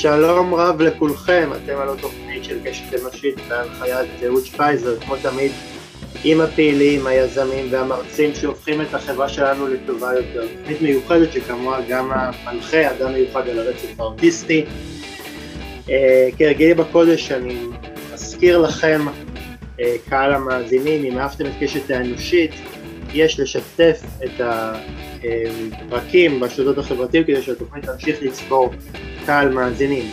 שלום רב לכולכם, אתם על התוכנית של קשת אנושית בהנחיית אהוד שפייזר, כמו תמיד עם הפעילים, היזמים והמרצים שהופכים את החברה שלנו לטובה יותר. תוכנית מיוחדת שכמוה גם המנחה, אדם מיוחד על הרצף האוטיסטי. כרגילי בקודש אני אזכיר לכם, קהל המאזינים, אם אהבתם את קשת האנושית, יש לשתף את הפרקים בשדות החברתיים כדי שהתוכנית תמשיך לצבור קהל מאזינים.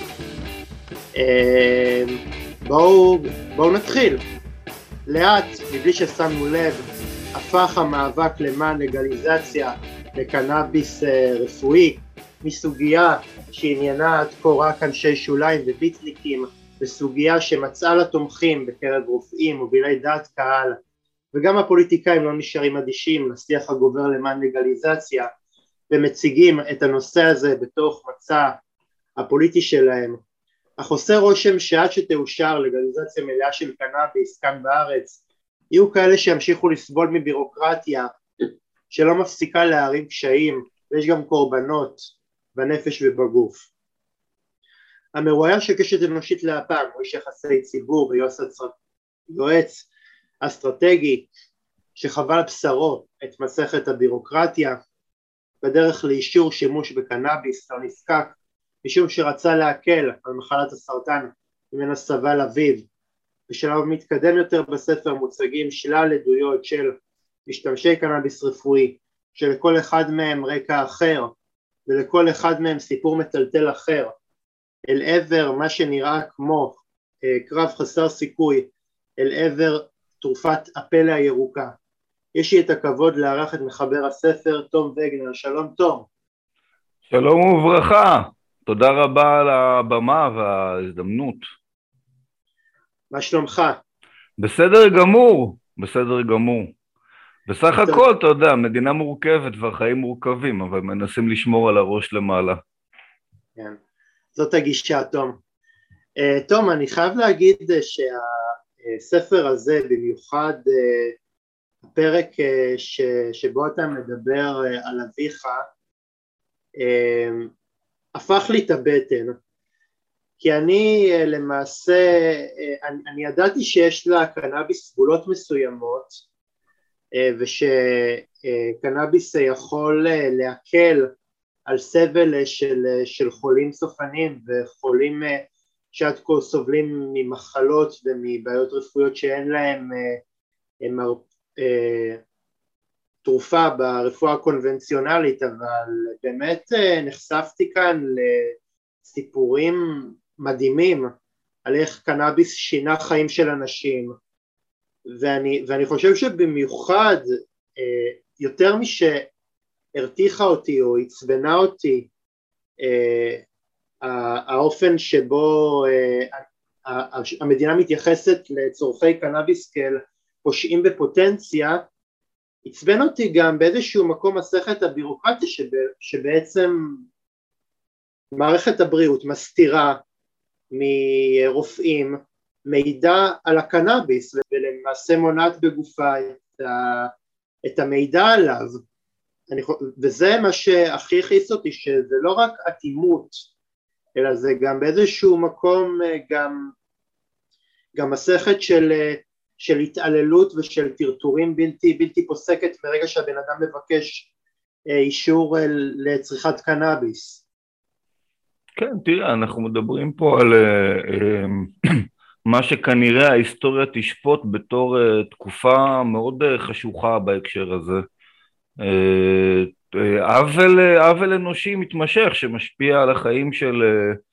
בואו נתחיל. לאט, מבלי ששמנו לב, הפך המאבק למען לגליזציה לקנאביס רפואי מסוגיה שעניינה עד כה רק אנשי שוליים וביטניקים, בסוגיה שמצאה לה תומכים בקרב רופאים מובילי דעת קהל, וגם הפוליטיקאים לא נשארים אדישים לשיח הגובר למען לגליזציה ומציגים את הנושא הזה בתוך מצע הפוליטי שלהם. אך עושה רושם שעד שתאושר לגליזציה מלאה של קנאביס כאן בארץ, יהיו כאלה שימשיכו לסבול מבירוקרטיה שלא מפסיקה להערים קשיים, ויש גם קורבנות בנפש ובגוף. המרואיין של קשת אנושית להפעם הוא איש יחסי ציבור ויועץ אסטרטגי שחווה על בשרו את מסכת הבירוקרטיה בדרך לאישור שימוש בקנאביס לא נזקק, משום שרצה להקל על מחלת הסרטן ממנה סבל אביו. בשלב מתקדם יותר בספר מוצגים שלל עדויות של משתמשי קנאביס רפואי, שלכל אחד מהם רקע אחר ולכל אחד מהם סיפור מטלטל אחר, אל עבר מה שנראה כמו קרב חסר סיכוי, אל עבר תרופת הפלא הירוקה. יש לי את הכבוד לארח את מחבר הספר תום וגנר. שלום תום. שלום וברכה, תודה רבה על הבמה וההזדמנות. מה שלומך? בסדר גמור, בסדר גמור. בסך הכל, אתה יודע, מדינה מורכבת והחיים מורכבים, אבל מנסים לשמור על הראש למעלה. כן, זאת הגישה, תום. תום, אני חייב להגיד שהספר הזה, במיוחד הפרק שבו אתה מדבר על אביך, הפך לי את הבטן, כי אני למעשה, אני ידעתי שיש לה קנאביס סגולות מסוימות, ושקנאביס יכול להקל על סבל של חולים סופניים וחולים שעד כה סובלים ממחלות ומבעיות רפואיות שאין להם תרופה ברפואה הקונבנציונלית, אבל באמת נחשפתי כאן לסיפורים מדהימים על איך קנאביס שינה חיים של אנשים, ואני חושב שבמיוחד יותר משהרתיחה אותי או הצבנה אותי האופן שבו המדינה מתייחסת לצורכי קנאביס כאל פושעים בפוטנציה, עצבן אותי גם באיזשהו מקום מסכת הבירוקרטיה שבעצם מערכת הבריאות מסתירה מרופאים מידע על הקנאביס, ולמעשה מונעת בגופה את המידע עליו. וזה מה שהכי הכעיס אותי, שזה לא רק אטימות, אלא זה גם באיזשהו מקום גם מסכת של התעללות ושל טרטורים בלתי פוסקת מרגע שהבן אדם מבקש אישור לצריכת קנאביס. כן, תראה, אנחנו מדברים פה על מה שכנראה ההיסטוריה תשפוט בתור תקופה מאוד חשוכה בהקשר הזה. עוול אנושי מתמשך שמשפיע על החיים של,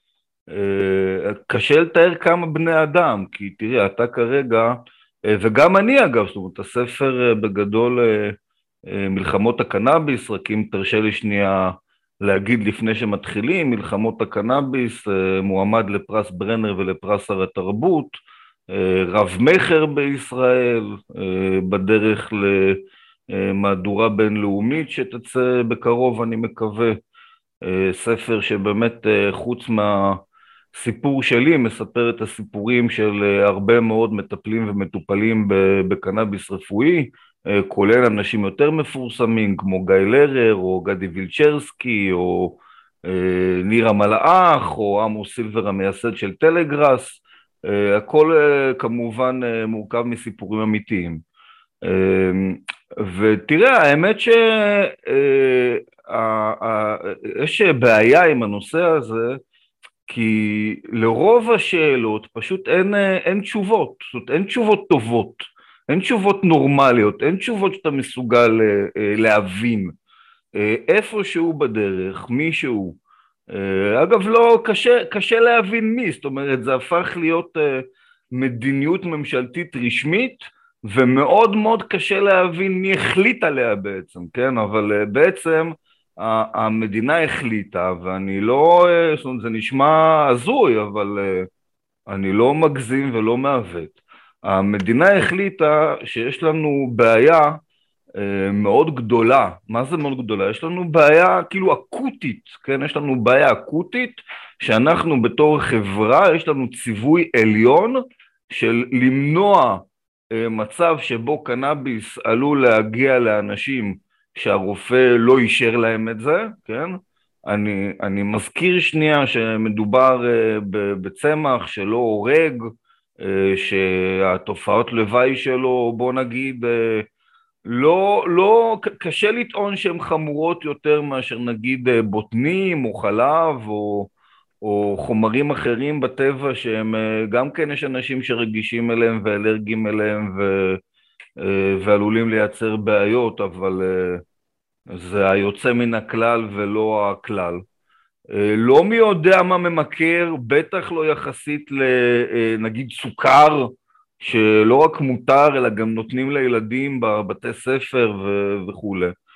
קשה לתאר כמה בני אדם, כי תראה, אתה כרגע, וגם אני אגב, זאת אומרת, הספר בגדול מלחמות הקנאביס, רק אם תרשה לי שנייה להגיד לפני שמתחילים, מלחמות הקנאביס מועמד לפרס ברנר ולפרס שר התרבות, רב מחר בישראל, בדרך למהדורה בינלאומית שתצא בקרוב אני מקווה, ספר שבאמת חוץ מהסיפור שלי מספר את הסיפורים של הרבה מאוד מטפלים ומטופלים בקנאביס רפואי, כולל אנשים יותר מפורסמים כמו גיא לרר או גדי וילצ'רסקי או ניר המלאך או עמוס סילבר המייסד של טלגראס, הכל כמובן מורכב מסיפורים אמיתיים. ותראה, האמת יש בעיה עם הנושא הזה, כי לרוב השאלות פשוט אין תשובות, זאת אומרת, אין תשובות טובות, אין תשובות נורמליות, אין תשובות שאתה מסוגל להבין. איפשהו בדרך, מישהו, אגב לא, קשה להבין מי, זאת אומרת זה הפך להיות מדיניות ממשלתית רשמית, ומאוד מאוד קשה להבין מי החליט עליה בעצם, כן? אבל בעצם המדינה החליטה, ואני לא, זאת אומרת, זה נשמע הזוי, אבל אני לא מגזים ולא מעוות. המדינה החליטה שיש לנו בעיה מאוד גדולה. מה זה מאוד גדולה? יש לנו בעיה כאילו אקוטית, כן? יש לנו בעיה אקוטית שאנחנו בתור חברה, יש לנו ציווי עליון של למנוע מצב שבו קנאביס עלול להגיע לאנשים שהרופא לא אישר להם את זה, כן? אני מזכיר שנייה שמדובר בצמח שלא הורג, שהתופעות לוואי שלו, בוא נגיד, לא, קשה לטעון שהן חמורות יותר מאשר נגיד בוטנים או חלב או חומרים אחרים בטבע שהם גם כן יש אנשים שרגישים אליהם ואלרגיים אליהם ועלולים לייצר בעיות, אבל זה היוצא מן הכלל ולא הכלל. לא מי יודע מה ממכר, בטח לא יחסית לנגיד סוכר, שלא רק מותר אלא גם נותנים לילדים בבתי ספר וכו'.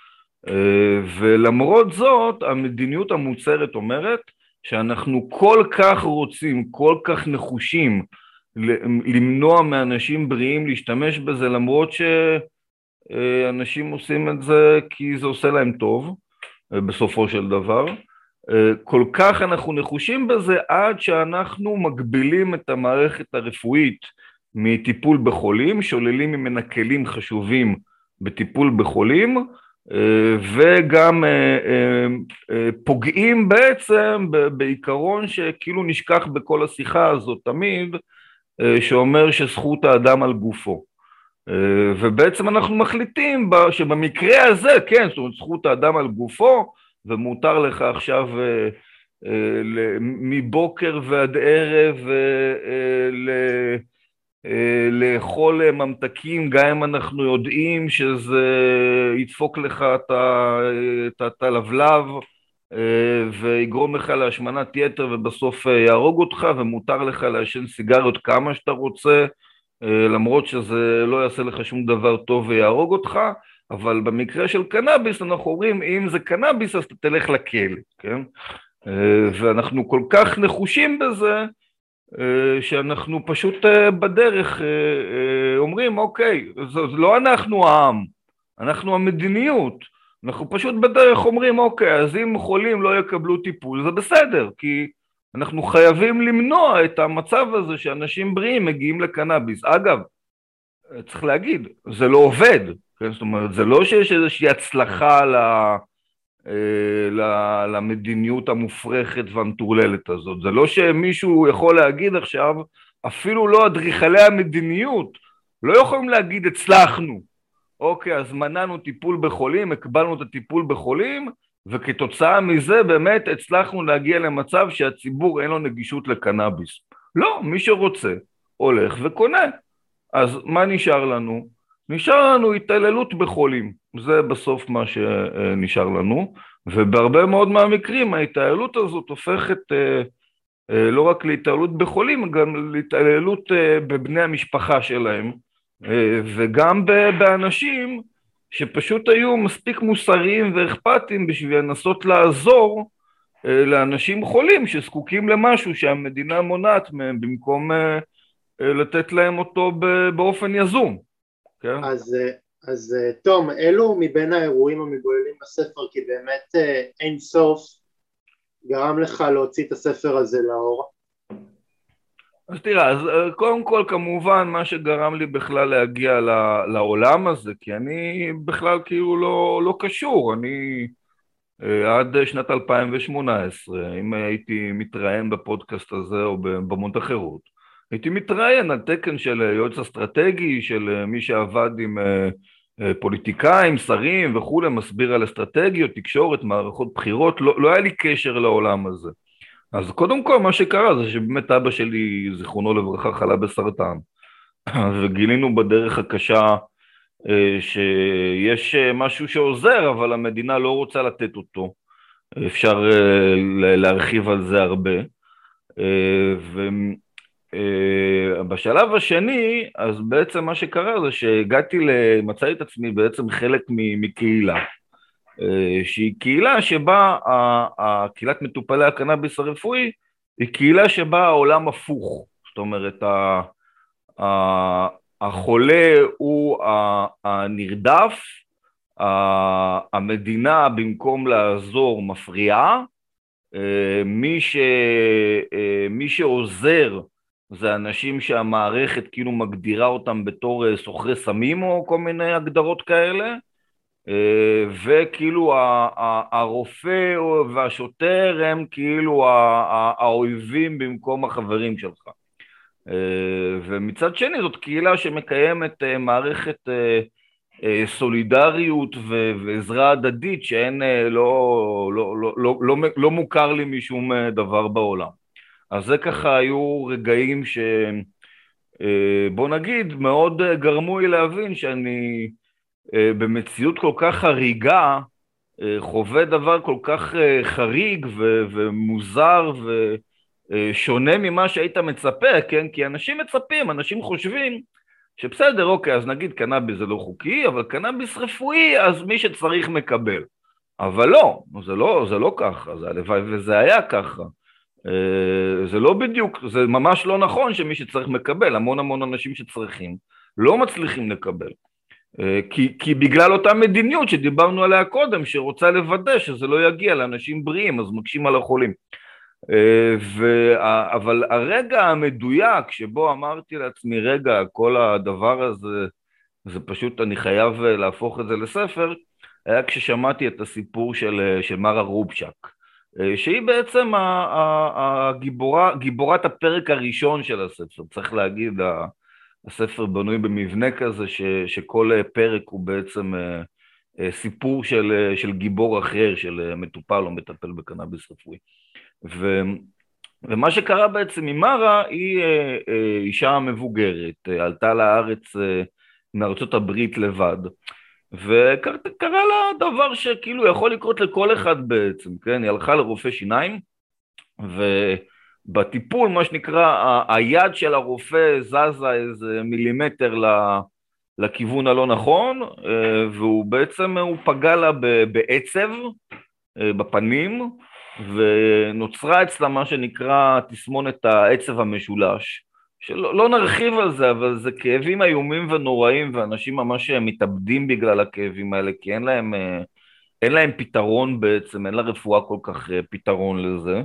ולמרות זאת המדיניות המוצהרת אומרת שאנחנו כל כך רוצים, כל כך נחושים למנוע מאנשים בריאים להשתמש בזה, למרות שאנשים עושים את זה כי זה עושה להם טוב בסופו של דבר. כל כך אנחנו נחושים בזה עד שאנחנו מגבילים את המערכת הרפואית מטיפול בחולים, שוללים ממנה כלים חשובים בטיפול בחולים, וגם פוגעים בעצם בעיקרון שכאילו נשכח בכל השיחה הזאת תמיד, שאומר שזכות האדם על גופו. ובעצם אנחנו מחליטים שבמקרה הזה, כן, זאת אומרת, זכות האדם על גופו, ומותר לך עכשיו מבוקר ועד ערב לאכול ממתקים, גם אם אנחנו יודעים שזה ידפוק לך את הלבלב ויגרום לך להשמנת יתר ובסוף יהרוג אותך, ומותר לך לעשן סיגריות כמה שאתה רוצה, למרות שזה לא יעשה לך שום דבר טוב ויהרוג אותך. אבל במקרה של קנאביס אנחנו אומרים, אם זה קנאביס אז אתה תלך לכלא, כן? ואנחנו כל כך נחושים בזה, שאנחנו פשוט בדרך אומרים, אוקיי, זה לא אנחנו העם, אנחנו המדיניות, אנחנו פשוט בדרך אומרים, אוקיי, אז אם חולים לא יקבלו טיפול, זה בסדר, כי אנחנו חייבים למנוע את המצב הזה שאנשים בריאים מגיעים לקנאביס. אגב, צריך להגיד, זה לא עובד, כן? זאת אומרת, זה לא שיש איזושהי הצלחה למדיניות המופרכת והמטורללת הזאת. זה לא שמישהו יכול להגיד עכשיו, אפילו לא אדריכלי המדיניות, לא יכולים להגיד הצלחנו. אוקיי, אז מנענו טיפול בחולים, הקבלנו את הטיפול בחולים, וכתוצאה מזה באמת הצלחנו להגיע למצב שהציבור אין לו נגישות לקנאביס. לא, מי שרוצה הולך וקונה. אז מה נשאר לנו? נשאר לנו התעללות בחולים. זה בסוף מה שנשאר לנו. ובהרבה מאוד מהמקרים ההתעללות הזאת הופכת לא רק להתעללות בחולים, גם להתעללות בבני המשפחה שלהם, וגם באנשים שפשוט היו מספיק מוסריים ואכפתיים בשביל לנסות לעזור לאנשים חולים שזקוקים למשהו שהמדינה מונעת מהם, במקום לתת להם אותו באופן יזום. כן? אז תום, אלו מבין האירועים המגוללים בספר, כי באמת אין סוף גרם לך להוציא את הספר הזה לאור? אז תראה, אז קודם כל כמובן מה שגרם לי בכלל להגיע לעולם הזה, כי אני בכלל כאילו לא קשור, אני עד שנת 2018, אם הייתי מתראיין בפודקאסט הזה או במות אחרות, הייתי מתראיין על תקן של יועץ אסטרטגי, של מי שעבד עם פוליטיקאים, שרים וכולי, מסביר על אסטרטגיות, תקשורת, מערכות בחירות, לא היה לי קשר לעולם הזה. אז קודם כל מה שקרה זה שבאמת אבא שלי, זיכרונו לברכה, חלה בסרטן, וגילינו בדרך הקשה שיש משהו שעוזר, אבל המדינה לא רוצה לתת אותו. אפשר להרחיב על זה הרבה. ובשלב השני, אז בעצם מה שקרה זה שהגעתי מצאתי את עצמי בעצם חלק מקהילה, שהיא קהילה שבה קהילת מטופלי הקנאביס הרפואי, היא קהילה שבה העולם הפוך. זאת אומרת, החולה הוא הנרדף, המדינה במקום לעזור מפריעה, מי שעוזר זה אנשים שהמערכת כאילו מגדירה אותם בתור סוחרי סמים או כל מיני הגדרות כאלה, וכאילו הרופא והשוטר הם כאילו האויבים במקום החברים שלך. ומצד שני זאת קהילה שמקיימת מערכת סולידריות ועזרה הדדית שאין, לא מוכר לי משום דבר בעולם. אז זה ככה היו רגעים בוא נגיד מאוד גרמו לי להבין שאני במציאות כל כך חריגה חווה דבר כל כך חריג ומוזר ושונה ממה שהיית מצפה, כן? כי אנשים מצפים, אנשים חושבים שבסדר, אוקיי, אז נגיד קנאביס זה לא חוקי, אבל קנאביס רפואי, אז מי שצריך מקבל. אבל לא, זה לא ככה, זה הלוואי וזה היה ככה. זה לא בדיוק, זה ממש לא נכון שמי שצריך מקבל, המון אנשים שצריכים לא מצליחים לקבל. כי בגלל אותה מדיניות שדיברנו עליה קודם, שרוצה לוודא שזה לא יגיע לאנשים בריאים, אז מקשים על החולים. אבל הרגע המדויק שבו אמרתי לעצמי, רגע, כל הדבר הזה, זה פשוט, אני חייב להפוך את זה לספר, היה כששמעתי את הסיפור של מרה רובשק, שהיא בעצם גיבורת הפרק הראשון של הספר. צריך להגיד, הספר בנוי במבנה כזה שכל פרק הוא בעצם סיפור של גיבור אחר, של מטופל או מטפל בקנאביס רפואי. ומה שקרה בעצם עם מרה, היא אישה מבוגרת, עלתה לארץ מארצות הברית לבד, וקרה לה דבר שכאילו יכול לקרות לכל אחד בעצם, כן? היא הלכה לרופא שיניים, ובטיפול, מה שנקרא, היד של הרופא זזה איזה מילימטר לכיוון הלא נכון, והוא בעצם, הוא פגע לה בעצב בפנים, ונוצרה אצלה מה שנקרא תסמונת העצב המשולש, שלא נרחיב על זה, אבל זה כאבים איומים ונוראים, ואנשים ממש מתאבדים בגלל הכאבים האלה, כי אין להם פתרון בעצם, אין לה רפואה כל כך פתרון לזה.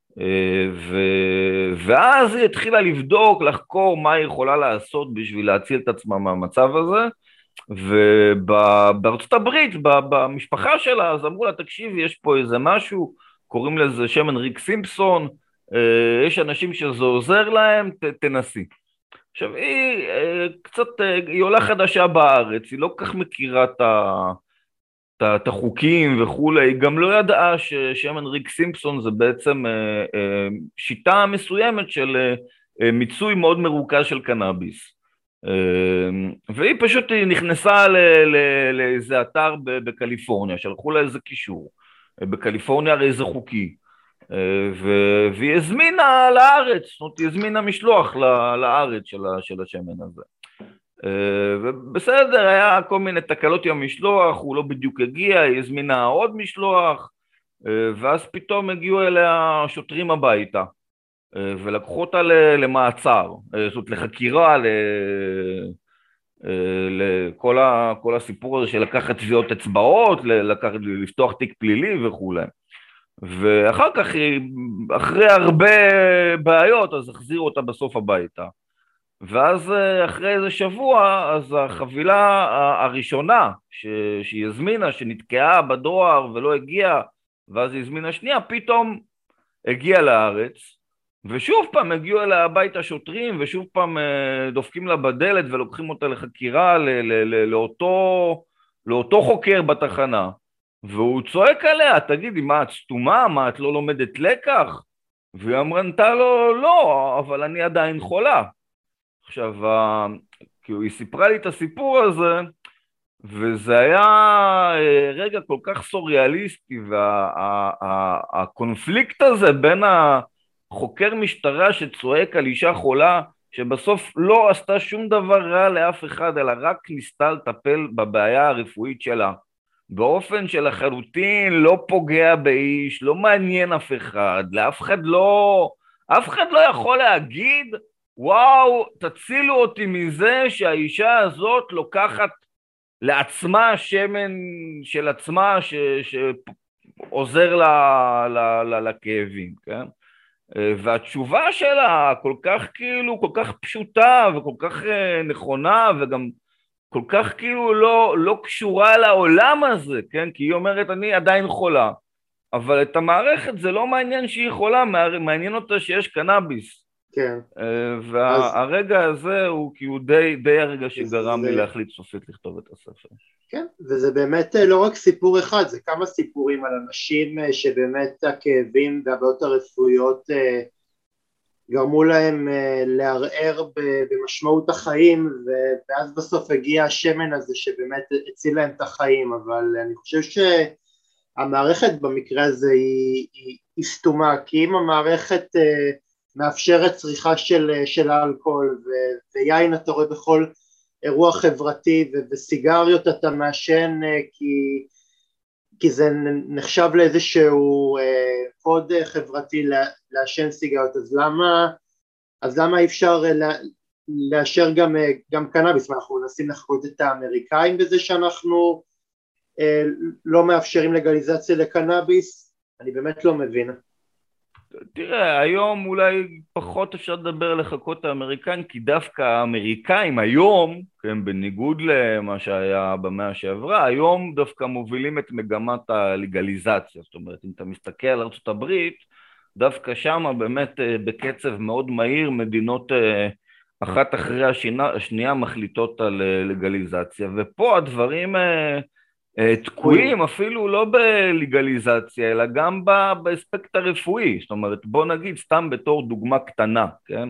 ואז היא התחילה לבדוק, לחקור מה היא יכולה לעשות בשביל להציל את עצמה מהמצב הזה, ובארצות הברית, במשפחה שלה, אז אמרו לה, תקשיבי, יש פה איזה משהו, קוראים לזה שמן ריק סימפסון, יש אנשים שזה עוזר להם, תנסי. עכשיו, היא עולה חדשה בארץ, היא לא כך מכירה את החוקים וכולי, היא גם לא ידעה ששמן ריק סימפסון זה בעצם שיטה מסוימת של מיצוי מאוד מרוכז של קנאביס. והיא פשוט נכנסה לאיזה אתר בקליפורניה, שלחו לה איזה קישור, בקליפורניה הרי זה חוקי, והיא הזמינה לארץ, זאת אומרת, היא הזמינה משלוח לארץ של השמן הזה. ובסדר, היה כל מיני תקלות עם המשלוח, הוא לא בדיוק הגיע, היא הזמינה עוד משלוח, ואז פתאום הגיעו אליה שוטרים הביתה, ולקחו אותה למעצר, זאת אומרת לחקירה, לכל הסיפור הזה של לקחת טביעות אצבעות, לפתוח תיק פלילי וכו'. ואחר כך, אחרי הרבה בעיות, אז החזירו אותה בסוף הביתה. ואז אחרי איזה שבוע, אז החבילה הראשונה שהיא הזמינה, שנתקעה בדואר ולא הגיעה, ואז היא הזמינה שנייה, פתאום הגיעה לארץ, ושוב פעם הגיעו אליה הביתה שוטרים, ושוב פעם דופקים לה בדלת ולוקחים אותה לחקירה לאותו חוקר בתחנה, והוא צועק עליה, תגידי, מה את סתומה? מה את לא לומדת לקח? והיא אמרתה לו, לא, אבל אני עדיין חולה. עכשיו, כאילו היא סיפרה לי את הסיפור הזה, וזה היה רגע כל כך סוריאליסטי, והקונפליקט הזה בין החוקר משטרה שצועק על אישה חולה, שבסוף לא עשתה שום דבר רע לאף אחד, אלא רק ניסתה לטפל בבעיה הרפואית שלה, באופן שלחלוטין לא פוגע באיש, לא מעניין אף אחד, אף אחד לא יכול להגיד, וואו, תצילו אותי מזה שהאישה הזאת לוקחת לעצמה שמן של עצמה שעוזר לכאבים, כן? והתשובה שלה כל כך כאילו, כל כך פשוטה וכל כך נכונה, וגם כל כך כאילו לא קשורה לעולם הזה, כן? כי היא אומרת, אני עדיין חולה, אבל את המערכת זה לא מעניין שהיא חולה, מעניין אותה שיש קנאביס. כן. והרגע הזה הוא כאילו די הרגע שגרם לי להחליט סופית לכתוב את הספר. כן, וזה באמת לא רק סיפור אחד, זה כמה סיפורים על אנשים שבאמת הכאבים והבעיות הרפואיות גרמו להם לערער במשמעות החיים, ואז בסוף הגיע השמן הזה שבאמת הציל להם את החיים, אבל אני חושב שהמערכת במקרה הזה היא סתומה, כי אם המערכת מאפשרת צריכה של האלכוהול, ויין אתה רואה בכל אירוע חברתי, וסיגריות אתה מעשן כי זה נחשב לאיזשהו קוד חברתי לעשן סיגריות, אז למה אי אפשר לאשר גם קנאביס? אנחנו מנסים לחקות את האמריקאים בזה שאנחנו לא מאפשרים לגליזציה לקנאביס? אני באמת לא מבין. תראה, היום אולי פחות אפשר לדבר לחקות את האמריקאים, כי דווקא האמריקאים היום, כן, בניגוד למה שהיה במאה שעברה, היום דווקא מובילים את מגמת הלגליזציה. זאת אומרת, אם אתה מסתכל על ארצות הברית, דווקא שם באמת בקצב מאוד מהיר מדינות אחת אחרי השנייה מחליטות על לגליזציה, ופה הדברים תקועים אפילו לא בלגליזציה, אלא גם באספקט הרפואי. זאת אומרת, בוא נגיד סתם בתור דוגמה קטנה, כן?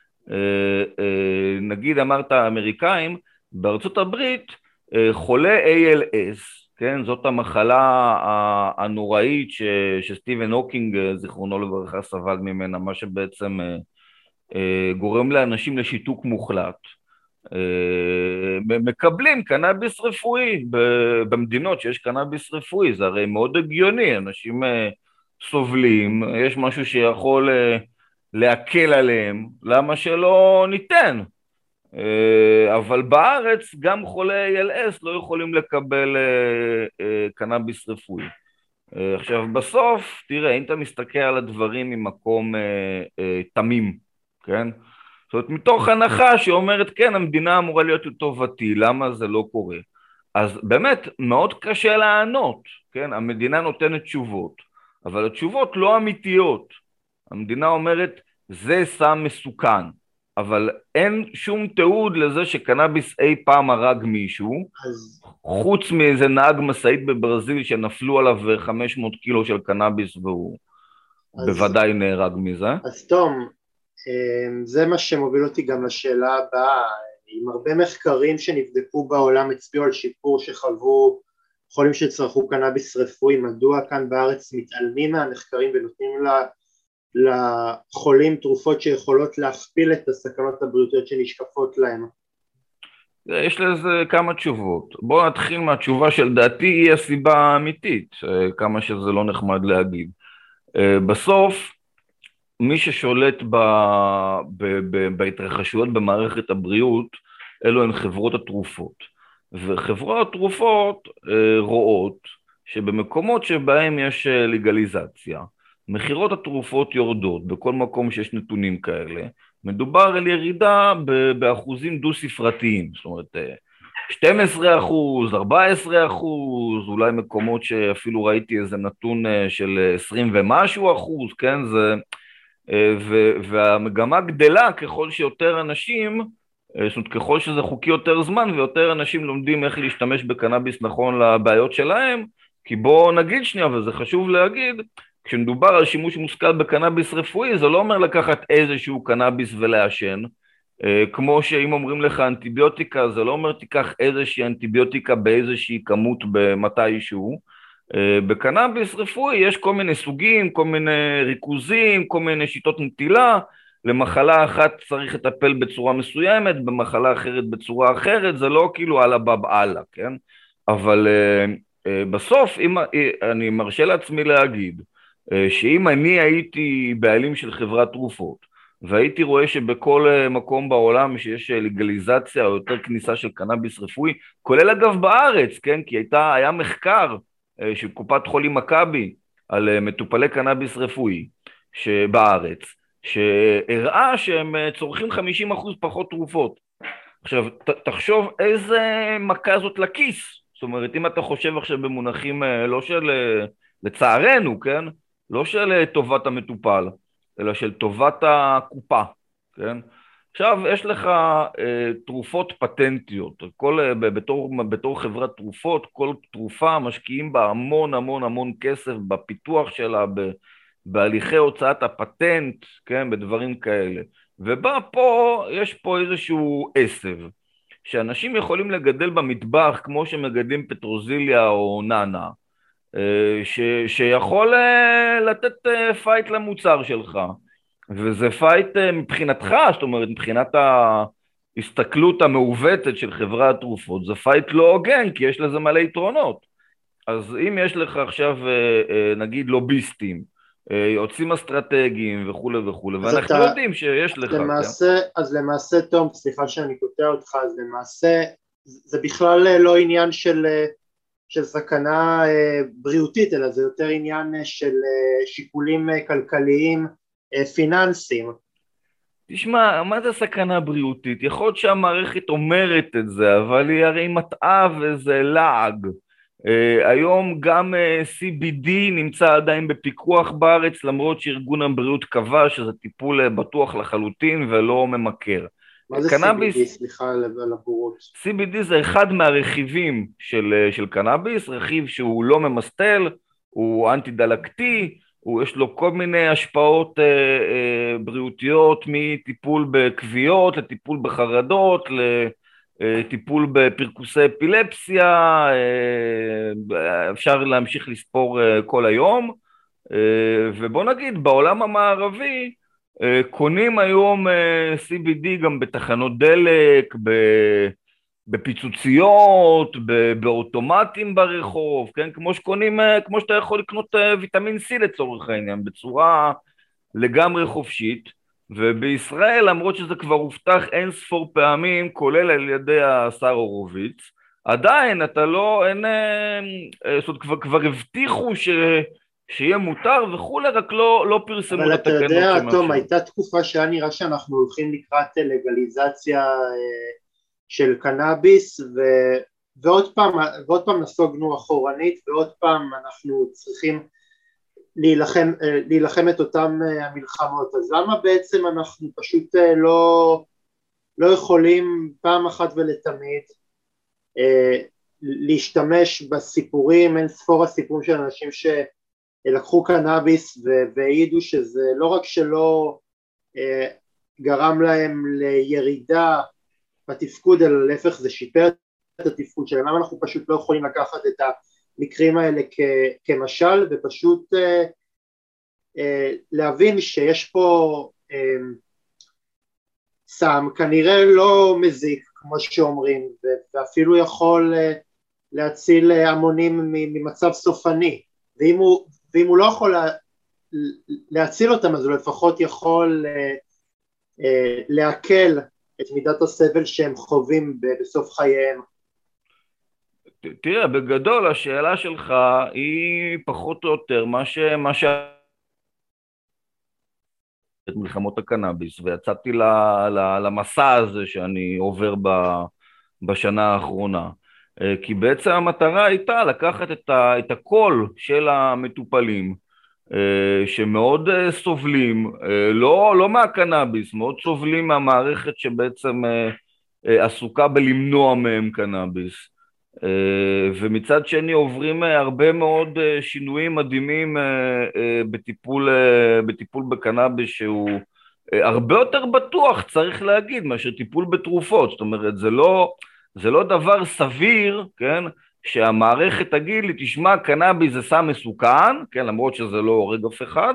נגיד אמרת האמריקאים, בארצות הברית חולה ALS, כן? זאת המחלה הנוראית שסטיבן הוקינג, זיכרונו לברכה, סבל ממנה, מה שבעצם גורם לאנשים לשיתוק מוחלט. מקבלים קנאביס רפואי במדינות שיש קנאביס רפואי, זה הרי מאוד הגיוני, אנשים סובלים, יש משהו שיכול להקל עליהם, למה שלא ניתן? אבל בארץ גם חולי ALS לא יכולים לקבל קנאביס רפואי. עכשיו בסוף, תראה, אם אתה מסתכל על הדברים ממקום תמים, כן? זאת אומרת, מתוך הנחה שאומרת, כן, המדינה אמורה להיות לטובתי, למה זה לא קורה? אז באמת, מאוד קשה לענות, כן? המדינה נותנת תשובות, אבל התשובות לא אמיתיות. המדינה אומרת, זה סם מסוכן, אבל אין שום תיעוד לזה שקנאביס אי פעם הרג מישהו, חוץ מאיזה נהג משאית בברזיל שנפלו עליו 500 קילו של קנאביס, והוא בוודאי נהרג מזה. אז תום, זה מה שמוביל אותי גם לשאלה הבאה. עם הרבה מחקרים שנבדקו בעולם הצביעו על שיפור שחוו חולים שצרכו קנאביס רפואי, מדוע כאן בארץ מתעלמים מהמחקרים ונותנים לחולים תרופות שיכולות להכפיל את הסכנות הבריאותיות שנשקפות להם? יש לזה כמה תשובות. בואו נתחיל מהתשובה שלדעתי היא הסיבה האמיתית, כמה שזה לא נחמד להגיד. בסוף, מי ששולט בהתרחשויות במערכת הבריאות, אלו הן חברות התרופות. וחברות התרופות רואות שבמקומות שבהם יש לגליזציה, מחירות התרופות יורדות, בכל מקום שיש נתונים כאלה, מדובר על ירידה באחוזים דו-ספרתיים, זאת אומרת, 12%, 14%, אולי מקומות שאפילו ראיתי איזה נתון של 20 ומשהו אחוז, כן? והמגמה גדלה ככל שיותר אנשים, זאת אומרת, ככל שזה חוקי יותר זמן ויותר אנשים לומדים איך להשתמש בקנאביס נכון לבעיות שלהם, כי בואו נגיד שנייה, וזה חשוב להגיד, כשמדובר על שימוש מושכל בקנאביס רפואי, זה לא אומר לקחת איזשהו קנאביס ולעשן, כמו שאם אומרים לך אנטיביוטיקה, זה לא אומר תיקח איזושהי אנטיביוטיקה באיזושהי כמות במתישהו. בקנאביס רפואי יש כל מיני סוגים, כל מיני ריכוזים, כל מיני שיטות נטילה. למחלה אחת צריך לטפל בצורה מסוימת, במחלה אחרת בצורה אחרת, זה לא כאילו על הבב הלאה, כן? אבל בסוף, אני מרשה לעצמי להגיד, שאם אני הייתי בעלים של חברת תרופות, והייתי רואה שבכל מקום בעולם שיש לגליזציה או יותר כניסה של קנאביס רפואי, כולל אגב בארץ, כן? כי היה מחקר של קופת חולים מכבי על מטופלי קנאביס רפואי בארץ, שהראה שהם צורכים 50% פחות תרופות. עכשיו, תחשוב איזה מכה זאת לכיס. זאת אומרת, אם אתה חושב עכשיו במונחים לא של, לצערנו, כן? לא של טובת המטופל, אלא של טובת הקופה, כן? עכשיו, יש לך תרופות פטנטיות. בתור חברת תרופות, כל תרופה משקיעים בה המון המון המון כסף בפיתוח שלה, בהליכי הוצאת הפטנט, כן? בדברים כאלה. יש פה איזשהו עשב, שאנשים יכולים לגדל במטבח כמו שמגדלים פטרוזיליה או נאנה, שיכול לתת פייט למוצר שלך, וזה פייט מבחינתך, זאת אומרת, מבחינת ההסתכלות המעוותת של חברת תרופות, זה פייט לא הוגן, כי יש לזה מלא יתרונות. אז אם יש לך עכשיו, נגיד, לוביסטים, יועצים אסטרטגיים וכו' וכו', ואנחנו יודעים שיש לך. אז למעשה, תום, סליחה שאני קוטע אותך, אז למעשה, זה בכלל לא עניין של סכנה בריאותית, אלא זה יותר עניין של שיקולים כלכליים פיננסיים. תשמע, מה זה סכנה בריאותית? יכול להיות שהמערכת אומרת את זה, אבל היא הרי מטעה וזה לעג. היום גם CBD נמצא עדיין בפיקוח בארץ, למרות שארגון הבריאות קבע שזה טיפול בטוח לחלוטין ולא ממכר. מה זה קנאביס? CBD? סליחה על הבורות. CBD זה אחד מהרכיבים של קנאביס, רכיב שהוא לא ממסטל, הוא אנטי-דלקתי, יש לו כל מיני השפעות בריאותיות, מטיפול בכוויות, לטיפול בחרדות, לטיפול בפרקוסי אפילפסיה, אפשר להמשיך לספור כל היום, ובוא נגיד בעולם המערבי, קונים היום CBD גם בתחנות דלק, בפיצוציות, באוטומטים ברחוב, כן? כמו שאתה יכול לקנות ויטמין C לצורך העניין, בצורה לגמרי חופשית, ובישראל, למרות שזה כבר הובטח אין ספור פעמים, כולל על ידי השר הורוביץ, עדיין אתה לא, זאת אומרת, כבר הבטיחו שיהיה מותר וכולי, רק לא פרסמו את התקנות. אבל אתה יודע, תום, הייתה תקופה שהיה נראה שאנחנו הולכים לקראת לגליזציה של קנאביס, ועוד פעם נסוגנו אחורנית, ועוד פעם אנחנו צריכים להילחם את אותם המלחמות. אז למה בעצם אנחנו פשוט לא יכולים פעם אחת ולתמיד להשתמש בסיפורים, אין ספור הסיפורים של אנשים שלקחו קנאביס והעידו שזה לא רק שלא גרם להם לירידה בתפקוד, אלא להפך זה שיפר את התפקוד שלהם. למה אנחנו פשוט לא יכולים לקחת את המקרים האלה כמשל, ופשוט להבין שיש פה סם כנראה לא מזיק כמו שאומרים, ואפילו יכול להציל המונים ממצב סופני, ואם הוא לא יכול להציל אותם, אז הוא לפחות יכול להקל את מידת הסבל שהם חווים בסוף חייהם. תראה, בגדול השאלה שלך היא פחות או יותר מה את מלחמות הקנאביס, ויצאתי למסע הזה שאני עובר בשנה האחרונה. כי בעצם המטרה הייתה לקחת את הקול של המטופלים, שמאוד סובלים, לא מהקנאביס, מאוד סובלים מהמערכת שבעצם עסוקה בלמנוע מהם קנאביס. ומצד שני עוברים הרבה מאוד שינויים מדהימים בטיפול בקנאביס, שהוא הרבה יותר בטוח, צריך להגיד, מאשר טיפול בתרופות. זאת אומרת, זה לא דבר סביר, כן, שהמערכת תגיד לי, תשמע, קנאביס זה סם מסוכן, כן, למרות שזה לא הורג אף אחד,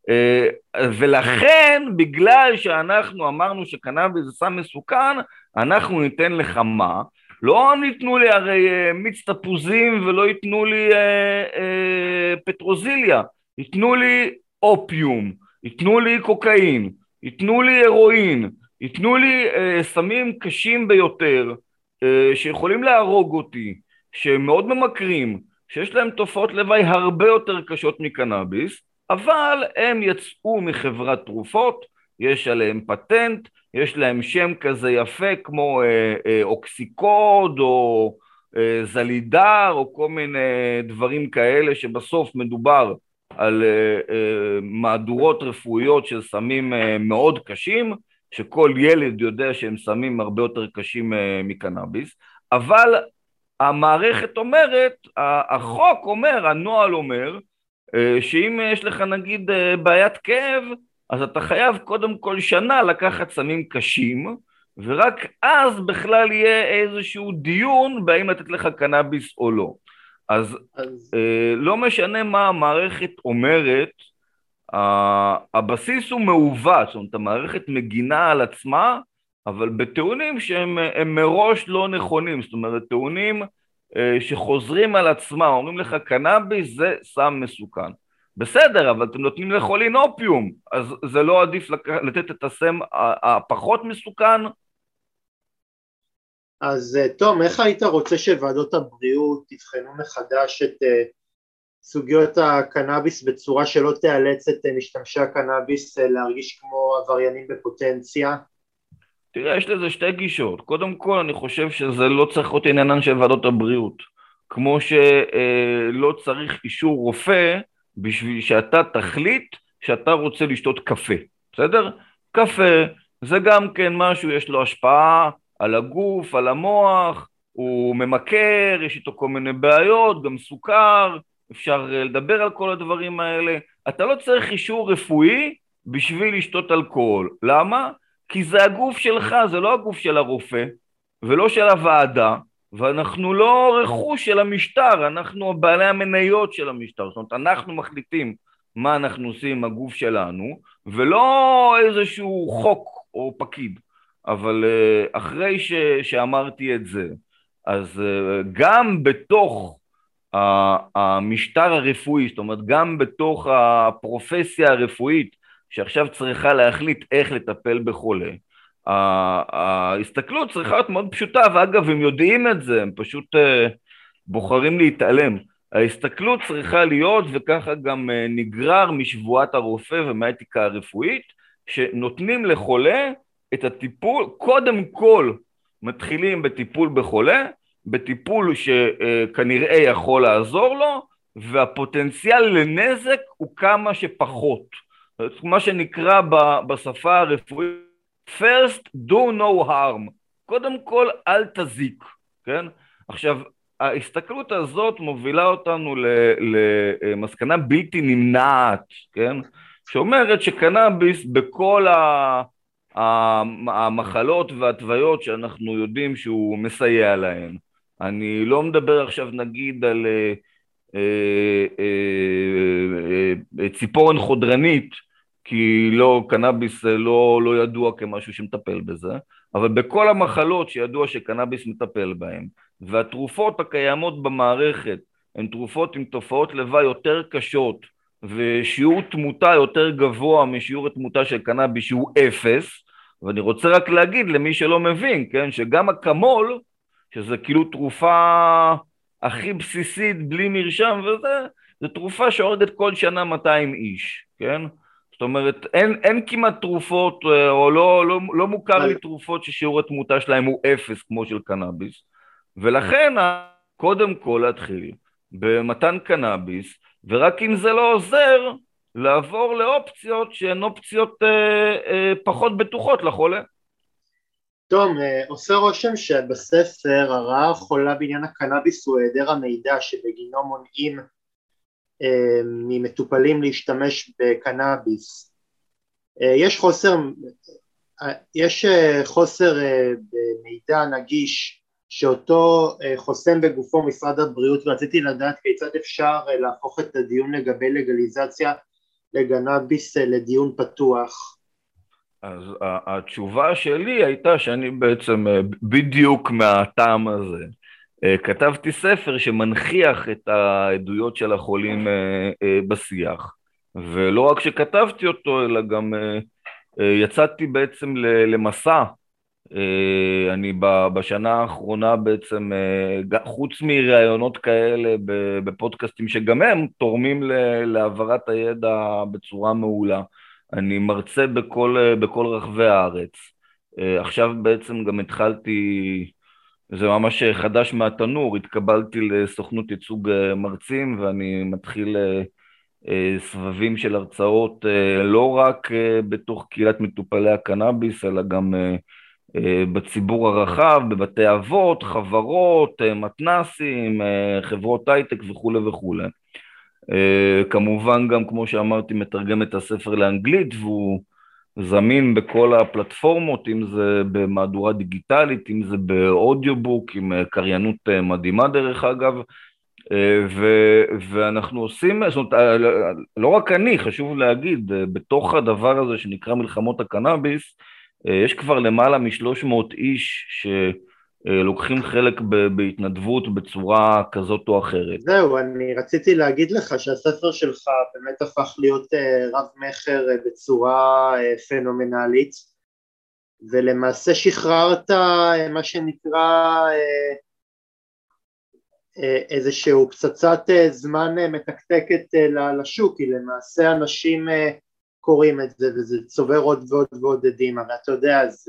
ולכן, בגלל שאנחנו אמרנו שקנאביס זה סם מסוכן, אנחנו ניתן לך מה? לא ניתנו לי הרי מיץ תפוזים ולא ייתנו לי פטרוזיליה, ייתנו לי אופיום, ייתנו לי קוקאין, ייתנו לי הרואין, ייתנו לי סמים קשים ביותר, שיכולים להרוג אותי, שמאוד ממכרים, שיש להם תופעות לוואי הרבה יותר קשות מקנאביס, אבל הם יצאו מחברת תרופות, יש עליהם פטנט, יש להם שם כזה יפה כמו אוקסיקוד או זלידר או כל מיני דברים כאלה, שבסוף מדובר על מהדורות רפואיות של סמים מאוד קשים, שכל ילד יודע שהם סמים הרבה יותר קשים מקנאביס, אבל המערכת אומרת, החוק אומר, הנוהל אומר, שאם יש לך נגיד בעיית כאב, אז אתה חייב קודם כל שנה לקחת סמים קשים, ורק אז בכלל יהיה איזשהו דיון בהאם לתת לך קנאביס או לא. אז לא משנה מה המערכת אומרת, הבסיס הוא מעוות, זאת אומרת, המערכת מגינה על עצמה, אבל בטיעונים שהם מראש לא נכונים, זאת אומרת, טיעונים שחוזרים על עצמם, אומרים לך קנאביס זה סם מסוכן. בסדר, אבל אתם נותנים לחולין אופיום, אז זה לא עדיף לתת את הסם הפחות מסוכן? אז תום, איך היית רוצה שוועדות הבריאות תבחנו מחדש את סוגיות הקנאביס בצורה שלא תיאלץ את משתמשי הקנאביס להרגיש כמו עבריינים בפוטנציה? תראה, יש לזה שתי גישות. קודם כל, אני חושב שזה לא צריך להיות עניינן של ועדות הבריאות. כמו שלא צריך אישור רופא בשביל שאתה תחליט שאתה רוצה לשתות קפה. בסדר? קפה זה גם כן משהו, יש לו השפעה על הגוף, על המוח, הוא ממכר, יש איתו כל מיני בעיות, גם סוכר, אפשר לדבר על כל הדברים האלה. אתה לא צריך אישור רפואי בשביל לשתות אלכוהול. למה? כי זה הגוף שלך, זה לא הגוף של הרופא, ולא של הוועדה, ואנחנו לא רכוש של המשטר, אנחנו בעלי המניות של המשטר, זאת אומרת, אנחנו מחליטים מה אנחנו עושים עם הגוף שלנו, ולא איזשהו חוק או פקיד. אבל אחרי שאמרתי את זה, אז גם בתוך המשטר הרפואי, זאת אומרת, גם בתוך הפרופסיה הרפואית, שעכשיו צריכה להחליט איך לטפל בחולה, ההסתכלות צריכה להיות מאוד פשוטה, ואגב, הם יודעים את זה, הם פשוט בוחרים להתעלם. ההסתכלות צריכה להיות, וככה גם נגרר משבועת הרופא ומהאתיקה הרפואית, שנותנים לחולה את הטיפול, קודם כל מתחילים בטיפול בחולה, בטיפול שכנראה יכול לעזור לו, והפוטנציאל לנזק הוא כמה שפחות. מה שנקרא בשפה הרפואית, first do no harm, קודם כל אל תזיק, כן? עכשיו, ההסתכלות הזאת מובילה אותנו למסקנה בלתי נמנעת, כן? שאומרת שקנאביס בכל המחלות והתוויות שאנחנו יודעים שהוא מסייע להן. אני לא מדבר עכשיו נגיד על ציפורן חודרנית, כי לא, קנאביס לא ידוע כמשהו שמטפל בזה, אבל בכל המחלות שידוע שקנאביס מטפל בהן, והתרופות הקיימות במערכת הן תרופות עם תופעות לוואי יותר קשות, ושיעור תמותה יותר גבוה משיעור התמותה של קנאביס שהוא 0, ואני רוצה רק להגיד למי שלא מבין, כן, שגם אקמול, שזה כאילו תרופה הכי בסיסית בלי מרשם וזה, זו תרופה שהורגת כל שנה 200 איש, כן? זאת זאת אומרת, אין כמעט תרופות, או לא מוכר לי תרופות ששיעור התמותה שלהם הוא אפס כמו של קנאביס, ולכן קודם כל להתחיל במתן קנאביס, ורק אם זה לא עוזר, לעבור לאופציות שהן אופציות פחות בטוחות לחולה. תום, עושה רושם שבספר הרעה החולה בעניין הקנאביס הוא היעדר המידע שבגינו מונעים ממטופלים להשתמש בקנאביס. יש חוסר במידע נגיש שאותו חוסם בגופו משרד הבריאות, ורציתי לדעת כיצד אפשר להפוך את הדיון לגבי לגליזציה לקנאביס לדיון פתוח. אז התשובה שלי הייתה שאני בעצם בדיוק מהטעם הזה כתבתי ספר שמנכיח את העדויות של החולים בשיח, ולא רק שכתבתי אותו אלא גם יצאתי בעצם למסע. אני בשנה האחרונה בעצם, חוץ מראיונות כאלה בפודקאסטים שגם הם תורמים להעברת הידע בצורה מעולה, אני מרצה בכל רחבי הארץ. עכשיו בעצם גם התחלתי, זה ממש חדש מהתנור, התקבלתי לסוכנות ייצוג מרצים, ואני מתחיל סבבים של הרצאות לא רק בתוך קהילת מטופלי הקנאביס, אלא גם בציבור הרחב, בבתי אבות, חברות, מתנסים, חברות הייטק וכו' וכו'. כמובן גם, כמו שאמרתי, מתרגם את הספר לאנגלית, והוא זמין בכל הפלטפורמות, אם זה במהדורה דיגיטלית, אם זה באודיובוק, עם קריינות מדהימה דרך אגב, ואנחנו עושים, זאת אומרת, לא רק אני, חשוב להגיד, בתוך הדבר הזה שנקרא מלחמות הקנאביס, יש כבר למעלה מ-300 איש שלוקחים חלק בהתנדבות בצורה כזאת או אחרת. זהו, אני רציתי להגיד לך שהספר שלך באמת הפך להיות רב מחר בצורה פנומנלית, ולמעשה שחררת מה שנקרא איזשהו פצצת זמן מתקתקת לשוק, כי למעשה אנשים קוראים את זה, וזה צובר עוד ועוד ועוד עדים. הרי אתה יודע, אז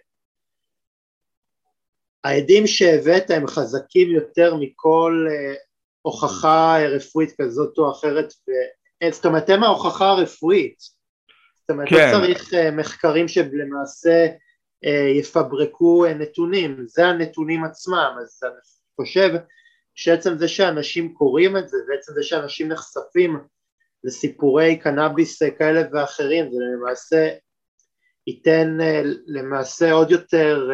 העדים שהבאת הם חזקים יותר מכל הוכחה רפואית כזאת או אחרת, זאת אומרת, הם ההוכחה הרפואית, זאת אומרת, כן. לא צריך מחקרים שלמעשה יפברקו נתונים, זה הנתונים עצמם. אז אני חושב שעצם זה שאנשים קוראים את זה, ועצם זה שאנשים נחשפים לסיפורי קנאביס כאלה ואחרים, זה למעשה ייתן למעשה עוד יותר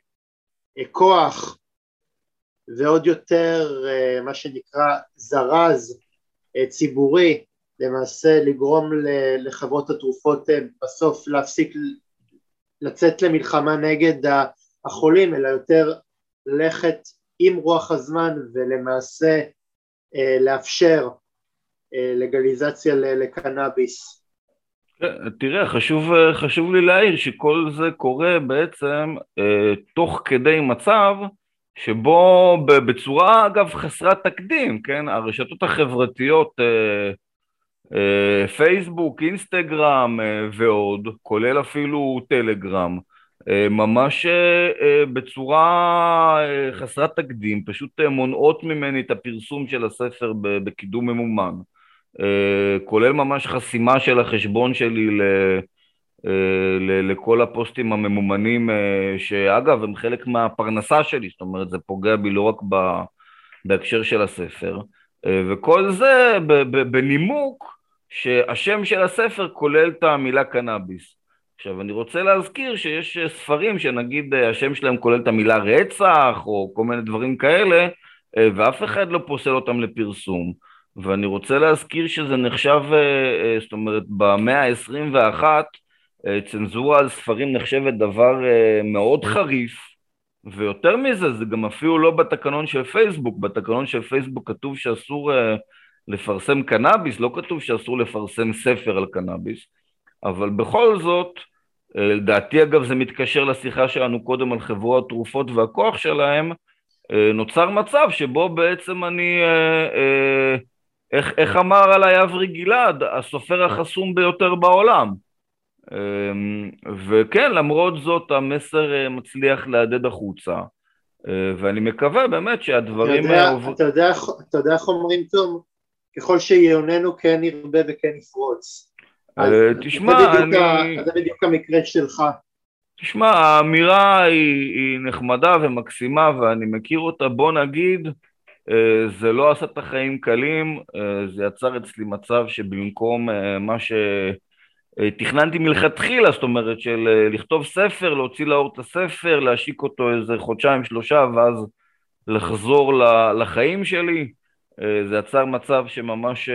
כוח ועוד יותר מה שנקרא זרז ציבורי, למעשה לגרום לחברות התרופות בסוף להפסיק לצאת למלחמה נגד החולים, אלא יותר ללכת עם רוח הזמן ולמעשה לאפשר לגליזציה לקנאביס. תראה, חשוב לי להעיר שכל זה קורה בעצם תוך כדי מצב שבו בצורה אגב חסרת תקדים, כן? הרשתות החברתיות, פייסבוק, אינסטגרם ועוד, כולל אפילו טלגרם, ממש בצורה חסרת תקדים, פשוט מונעות ממני את הפרסום של הספר בקידום ממומן, כולל ממש חסימה של החשבון שלי לכל הפוסטים הממומנים, שאגב הם חלק מהפרנסה שלי, זאת אומרת זה פוגע בי לא רק בהקשר של הספר, וכל זה בנימוק שהשם של הספר כולל את המילה קנאביס. עכשיו אני רוצה להזכיר שיש ספרים שנגיד השם שלהם כולל את המילה רצח או כל מיני דברים כאלה, ואף אחד לא פוסל אותם לפרסום, ואני רוצה להזכיר שזה נחשב, זאת אומרת במאה ה-21 צנזורה על ספרים נחשבת דבר מאוד חריף, ויותר מזה זה גם אפילו לא בתקנון של פייסבוק. בתקנון של פייסבוק כתוב שאסור לפרסם קנאביס, לא כתוב שאסור לפרסם ספר על קנאביס, אבל בכל זאת, לדעתי אגב זה מתקשר לשיחה שלנו קודם על חברות תרופות והכוח שלהם, נוצר מצב שבו בעצם אני איך אמר עליי אברי גלעד, הסופר החסום ביותר בעולם. וכן, למרות זאת המסר מצליח להדהד החוצה, ואני מקווה באמת שהדברים אתה יודע איך אומרים טוב? ככל שיוננו כן ירבה וכן יפרוץ. אז תשמע, זה בדיוק המקרה שלך. תשמע, האמירה היא נחמדה ומקסימה ואני מכיר אותה, בוא נגיד, זה לא עשה את החיים קלים, זה יצר אצלי מצב שבמקום מה שתכננתי מלכתחילה, זאת אומרת של לכתוב ספר, להוציא לאור את הספר, להשיק אותו איזה חודשיים שלושה ואז לחזור לחיים שלי, זה יצר מצב שממש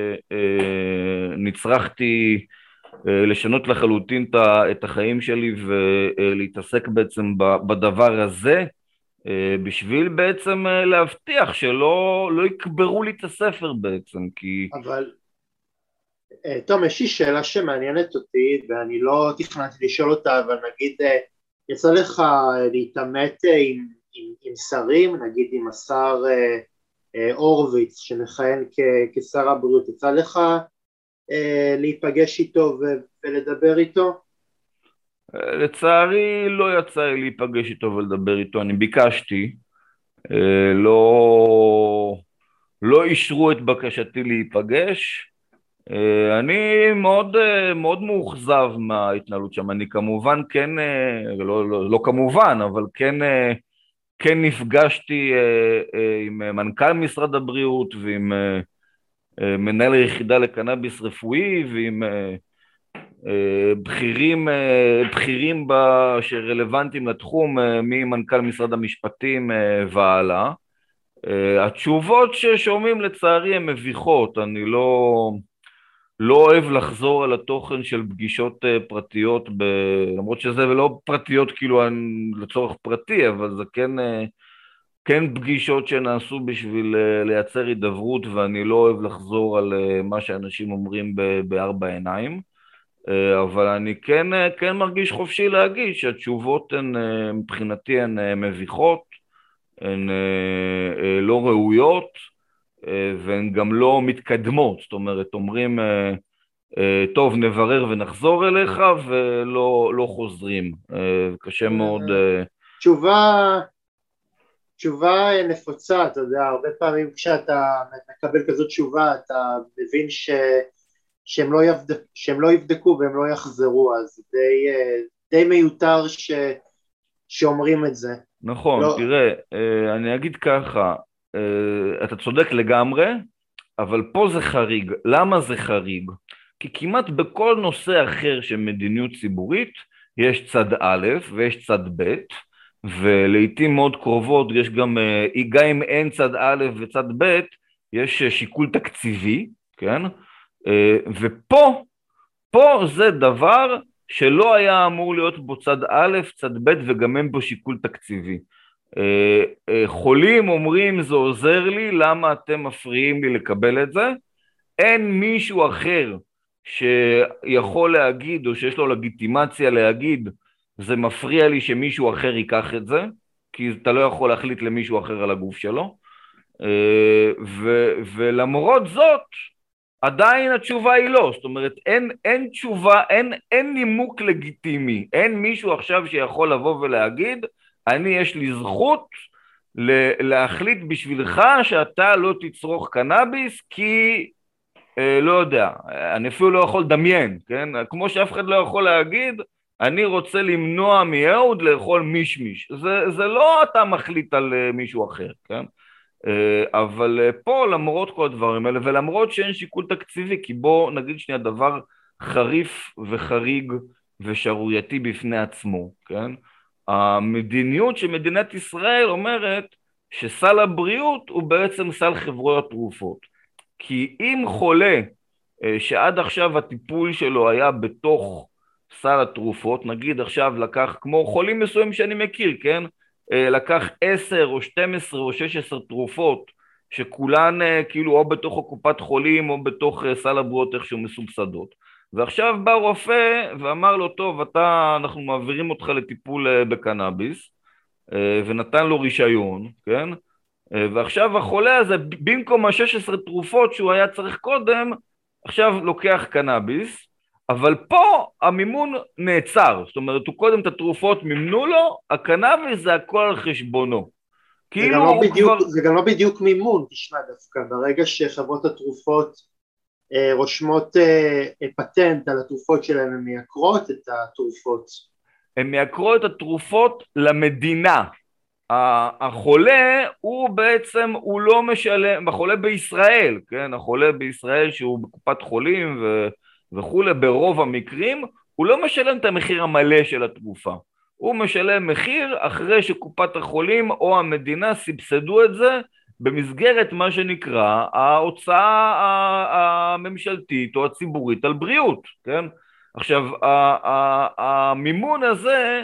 נצרכתי לשנות לחלוטין את החיים שלי ולהתעסק בעצם בדבר הזה, בשביל בעצם להבטיח שלא יקברו לי את הספר בעצם, כי... אבל, תום, יש לי שאלה שמעניינת אותי, ואני לא תכננתי לשאול אותה, אבל נגיד, יצא לך להתעמת עם שרים, נגיד עם השר הורוביץ, שמכהן כשר הבריאות, יצא לך להיפגש איתו ולדבר איתו? לצערי לא יצא לי להיפגש איתו ולדבר איתו, אני ביקשתי, לא אישרו את בקשתי להיפגש. אני מאוד מאוכזב מההתנהלות שם, אני כמובן כן, לא כמובן, אבל כן נפגשתי עם מנכ"ל משרד הבריאות ועם מנהל היחידה לקנאביס רפואי ועם בכירים שרלוונטיים לתחום, ממנכ"ל משרד המשפטים והלאה. התשובות ששומעים לצערי הן מביכות, אני לא אוהב לחזור על התוכן של פגישות פרטיות, למרות שזה לא פרטיות כאילו לצורך פרטי, אבל זה כן פגישות שנעשו בשביל לייצר הידברות, ואני לא אוהב לחזור על מה שאנשים אומרים בארבע עיניים, אבל אני כן מרגיש חופשי להגיד שהתשובות מבחינתי הן מביכות, הן לא ראויות, והן גם לא מתקדמות, זאת אומרת, אומרים, טוב, נברר ונחזור אליך, ולא חוזרים, קשה מאוד. תשובה נפוצה, אתה יודע, הרבה פעמים כשאתה מקבל כזאת תשובה, אתה מבין שהם לא יבדקו והם לא יחזרו, אז די מיותר שאומרים את זה. נכון, תראה, אני אגיד ככה, אתה צודק לגמרי, אבל פה זה חריג. למה זה חריג? כי כמעט בכל נושא אחר של מדיניות ציבורית יש צד א' ויש צד ב', ולעיתים מאוד קרובות יש גם אם אין צד א' וצד ב', יש שיקול תקציבי, כן? ופה זה דבר שלא היה אמור להיות בו צד א', צד ב' וגם אין בו שיקול תקציבי. חולים אומרים זה עוזר לי, למה אתם מפריעים לי לקבל את זה? אין מישהו אחר שיכול להגיד או שיש לו לגיטימציה להגיד זה מפריע לי שמישהו אחר ייקח את זה, כי אתה לא יכול להחליט למישהו אחר על הגוף שלו, ולמרות זאת עדיין התשובה היא לא, זאת אומרת אין תשובה, אין נימוק לגיטימי, אין מישהו עכשיו שיכול לבוא ולהגיד יש לי זכות להחליט בשבילך שאתה לא תצרוך קנאביס כי לא יודע, אני אפילו לא יכול לדמיין, כן? כמו שאף אחד לא יכול להגיד אני רוצה למנוע מאהוד לאכול מישמיש, זה לא אתה מחליט על מישהו אחר, כן? אבל פה למרות כל הדברים האלה ולמרות שאין שיקול תקציבי, כי בוא נגיד שנייה דבר חריף וחריג ושערורייתי בפני עצמו, כן? המדיניות של מדינת ישראל אומרת שסל הבריאות הוא בעצם סל חברות תרופות, כי אם חולה שעד עכשיו הטיפול שלו היה בתוך סל התרופות, נגיד עכשיו לקח כמו חולים מסוים שאני מכיר, כן? לקח 10 או 12 או 16 תרופות שכולן כאילו או בתוך הקופת חולים או בתוך סל הבריאות איכשהו מסובסדות, ועכשיו בא רופא ואמר לו טוב אנחנו מעבירים אותך לטיפול בקנאביס, ונתן לו רישיון, כן? ועכשיו החולה הזה, במקום ה-16 תרופות שהוא היה צריך קודם, עכשיו לוקח קנאביס, אבל פה המימון נעצר, זאת אומרת, הוא קודם את התרופות מימנו לו, הקנאביס זה הכל על חשבונו. כאילו הוא כבר... זה גם לא בדיוק מימון, תשמע דווקא, ברגע שחברות התרופות רושמות פטנט על התרופות שלהם, הן מייקרות את התרופות. הן מייקרות את התרופות למדינה. החולה הוא בעצם, הוא לא משלם, החולה בישראל, כן, החולה בישראל שהוא בקופת חולים וכולי, ברוב המקרים, הוא לא משלם את המחיר המלא של התרופה. הוא משלם מחיר אחרי שקופת החולים או המדינה סבסדו את זה במסגרת מה שנקרא ההוצאה הממשלתית או הציבורית על בריאות, כן? עכשיו, המימון הזה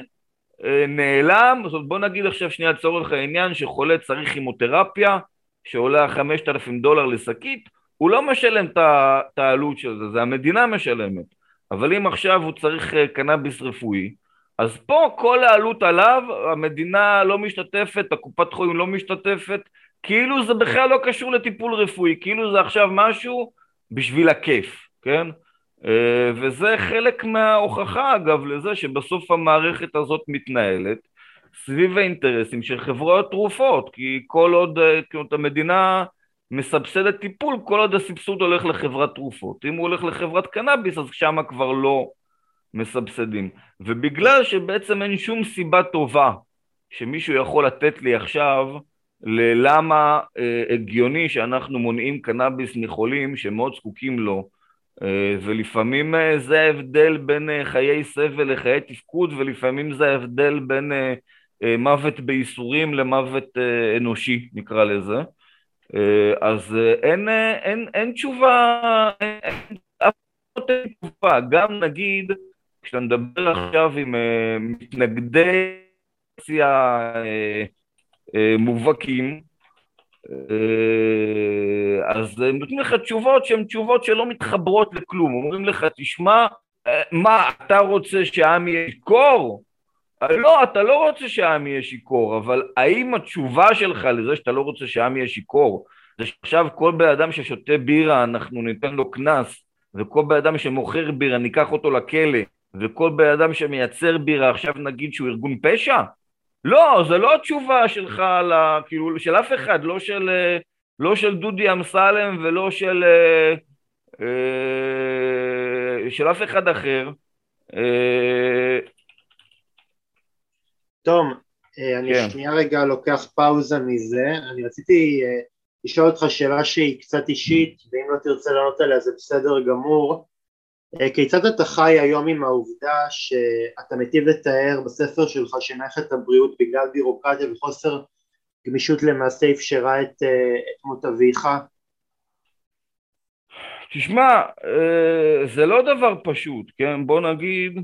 נעלם, זאת בוא נגיד עכשיו שנייה צורך העניין שחולה צריך כימותרפיה שעולה $5,000 לשקית, הוא לא משלם את העלות של זה, זה המדינה משלמת. אבל אם עכשיו הוא צריך קנאביס רפואי, אז פה כל העלות עליו, המדינה לא משתתפת, הקופת חולים לא משתתפת, כאילו זה בכלל לא קשור לטיפול רפואי, כאילו זה עכשיו משהו בשביל הכיף, כן? וזה חלק מההוכחה אגב לזה שבסוף המערכת הזאת מתנהלת סביב האינטרסים של חברות תרופות, כי כל עוד המדינה מסבסדת טיפול, כל עוד הסבסוד הולך לחברת תרופות, אם הוא הולך לחברת קנאביס אז שמה כבר לא מסבסדים, ובגלל שבעצם אין שום סיבה טובה שמישהו יכול לתת לי עכשיו ללמה הגיוני שאנחנו מונעים קנאביס מחולים שמאוד זקוקים לו, ולפעמים זה ההבדל בין חיי סבל לחיי תפקוד, ולפעמים זה ההבדל בין מוות בייסורים למוות אנושי נקרא לזה. אז אין תשובה, אין תשובה. גם נגיד כשאתה מדבר עכשיו עם מתנגדי מובהקים, אז הם נותנים לך תשובות שהן תשובות שלא מתחברות לכלום. אומרים לך, תשמע, מה, אתה רוצה שהעם יהיה שיכור? לא, אתה לא רוצה שהעם יהיה שיכור, אבל האם התשובה שלך לזה שאתה לא רוצה שהעם יהיה שיכור, זה שעכשיו כל בן אדם ששותה בירה אנחנו ניתן לו קנס, וכל בן אדם שמוכר בירה ניקח אותו לכלא, וכל בן אדם שמייצר בירה עכשיו נגיד שהוא ארגון פשע? לא, זה לא התשובה שלך, כאילו, של אף אחד, לא של דודי אמסלם ולא של אף אחד אחר. תום, אני שנייה רגע לוקח פאוזה מזה, אני רציתי לשאול אותך שאלה שהיא קצת אישית, ואם לא תרצה לענות עליה זה בסדר גמור. כיצד אתה חי היום עם העובדה שאתה מטיב לתאר בספר שלך שמערכת הבריאות בגלל בירוקרטיה וחוסר גמישות למעשה אפשרה את מות אביך? תשמע, זה לא דבר פשוט, כן? בוא נגיד,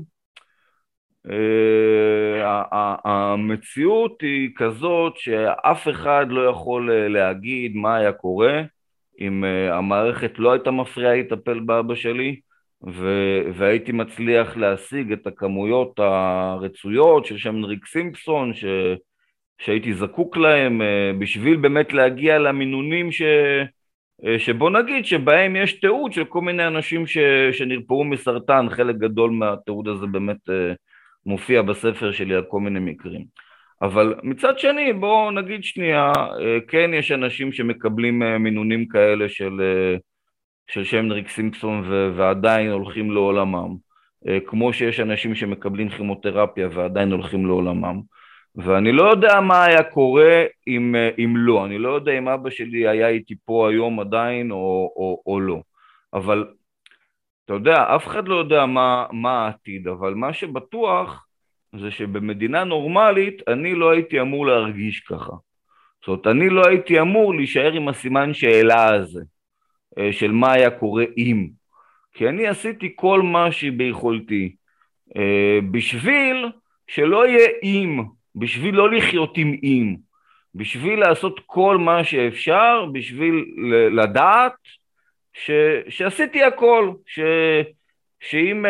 המציאות היא כזאת שאף אחד לא יכול להגיד מה היה קורה אם המערכת לא הייתה מפריעה לטפל באבא שלי, והייתי מצליח להשיג את הכמויות הרצויות של שמן ריק סימפסון שהייתי זקוק להם בשביל באמת להגיע למינונים שבוא נגיד שבהם יש תיעוד של כל מיני אנשים שנרפאו מסרטן. חלק גדול מהתיעוד הזה באמת מופיע בספר שלי על כל מיני מקרים. אבל מצד שני בוא נגיד שנייה, כן יש אנשים שמקבלים מינונים כאלה של שמן ריק סימפסון ועדיין הולכים לעולמם, כמו שיש אנשים שמקבלים כימותרפיה ועדיין הולכים לעולמם, ואני לא יודע מה היה קורה אם לא, אני לא יודע אם אבא שלי היה איתי פה היום עדיין או לא, אבל אתה יודע, אף אחד לא יודע מה העתיד, אבל מה שבטוח זה שבמדינה נורמלית אני לא הייתי אמור להרגיש ככה, זאת אומרת אני לא הייתי אמור להישאר עם הסימן שאלה הזה של מה היה קורה אם, כי אני עשיתי כל מה שביכולתי בשביל שלא יהיה אם, בשביל לא לחיות עם אם, בשביל לעשות כל מה שאפשר, בשביל לדעת שעשיתי הכל, שאם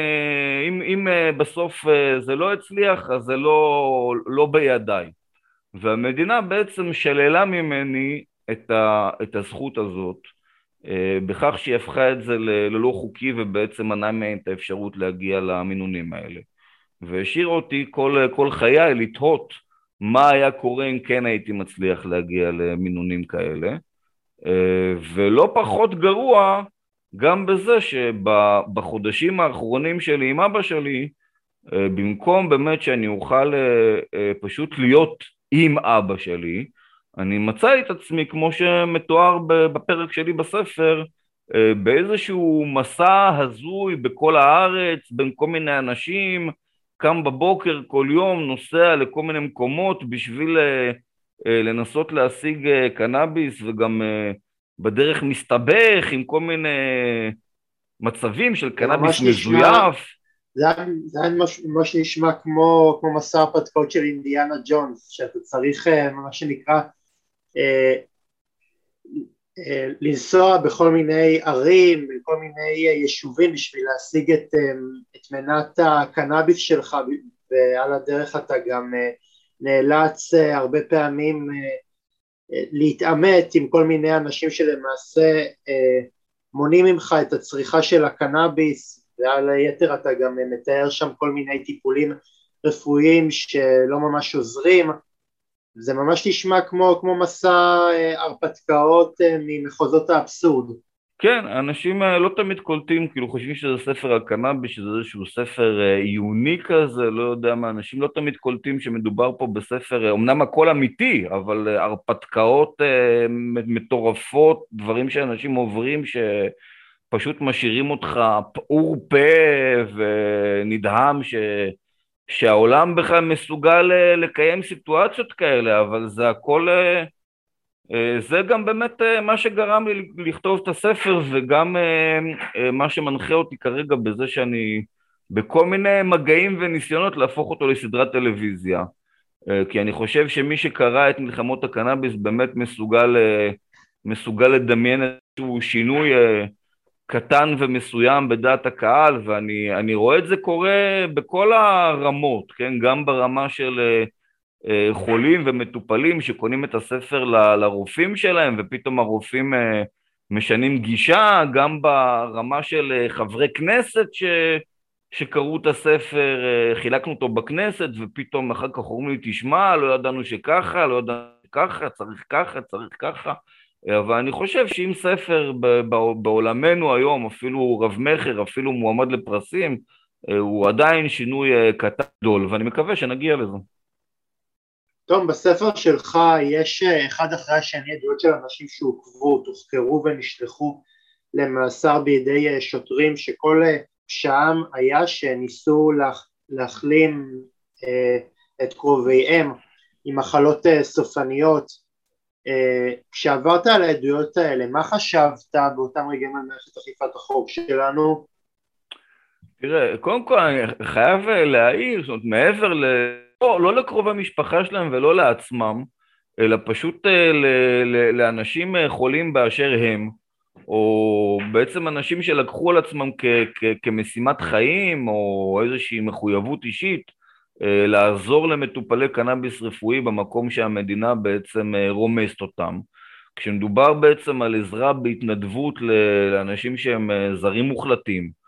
אם בסוף זה לא הצליח אז זה לא בידיי. והמדינה בעצם שללה ממני את הזכות הזאת, בכך שהיא הפכה את זה ללא חוקי ובעצם מנעה מהם את האפשרות להגיע למינונים האלה. והשאיר אותי כל חיי לתהות מה היה קורה אם כן הייתי מצליח להגיע למינונים כאלה. ולא פחות גרוע גם בזה שבחודשים האחרונים שלי עם אבא שלי, במקום באמת שאני אוכל פשוט להיות עם אבא שלי, אני מצא את עצמי, כמו שמתואר בפרק שלי בספר, באיזשהו מסע הזוי בכל הארץ, בין כל מיני אנשים, קם בבוקר כל יום, נוסע לכל מיני מקומות בשביל לנסות להשיג קנאביס, וגם בדרך מסתבך עם כל מיני מצבים של זה קנאביס ממש נשמע, מזויף. זה היה ממש נשמע כמו מסע הרפתקאות של אינדיאנה ג'ונס, שאתה צריך מה שנקרא לנסוע בכל מיני ערים, בכל מיני יישובים בשביל להשיג את מנת הקנאביס שלך, ועל הדרך אתה גם נאלץ הרבה פעמים להתעמת עם כל מיני אנשים שלמעשה מונעים ממך את הצריכה של הקנאביס, ועל היתר אתה גם מתאר שם כל מיני טיפולים רפואיים שלא ממש עוזרים. זה ממש נשמע כמו מסע הרפתקאות ממחוזות האבסורד. כן, אנשים לא תמיד קולטים, כאילו חושבים שזה ספר על קנאביס, שזה איזשהו ספר עיוני כזה, לא יודע מה, אנשים לא תמיד קולטים שמדובר פה בספר, אמנם הכל אמיתי, אבל הרפתקאות מטורפות, דברים שאנשים עוברים שפשוט משאירים אותך פעור פה ונדהם שהעולם בכלל מסוגל לקיים סיטואציות כאלה, אבל זה הכל... זה גם באמת מה שגרם לי לכתוב את הספר, וגם מה שמנחה אותי כרגע בזה שאני בכל מיני מגעים וניסיונות להפוך אותו לסדרת טלוויזיה. כי אני חושב שמי שקרא את מלחמות הקנאביס באמת מסוגל לדמיין איזשהו שינוי קטן ומסוים בדעת הקהל, ואני רואה את זה קורה בכל הרמות, כן? גם ברמה של חולים ומטופלים שקונים את הספר לרופאים שלהם, ופתאום הרופאים משנים גישה, גם ברמה של חברי כנסת שקראו את הספר, חילקנו אותו בכנסת, ופתאום אחר כך אומרים לי, תשמע, לא ידענו שככה, לא ידענו שככה, צריך ככה, צריך ככה. אבל אני חושב שאם ספר בעולמנו היום, אפילו רב מחר, אפילו מועמד לפרסים, הוא עדיין שינוי קטן גדול, ואני מקווה שנגיע לזה. טוב, בספר שלך יש אחד אחרי השני עדויות של אנשים שעוכבו, תוחקרו ונשלחו למאסר בידי שוטרים, שכל פשעם היה שניסו להחלים את קרוביהם עם מחלות סופניות. כשעברת על העדויות האלה, מה חשבת באותם רגעים על מערכת אכיפת החוק שלנו? תראה, קודם כל אני חייב להעיר, זאת אומרת, מעבר לא לקרובי המשפחה שלהם ולא לעצמם, אלא פשוט לאנשים חולים באשר הם, או בעצם אנשים שלקחו על עצמם כמשימת חיים, או איזושהי מחויבות אישית, לעזור למטופלי קנאביס רפואי במקום שהמדינה בעצם רומסת אותם. כשמדובר בעצם על עזרה בהתנדבות לאנשים שהם זרים מוחלטים,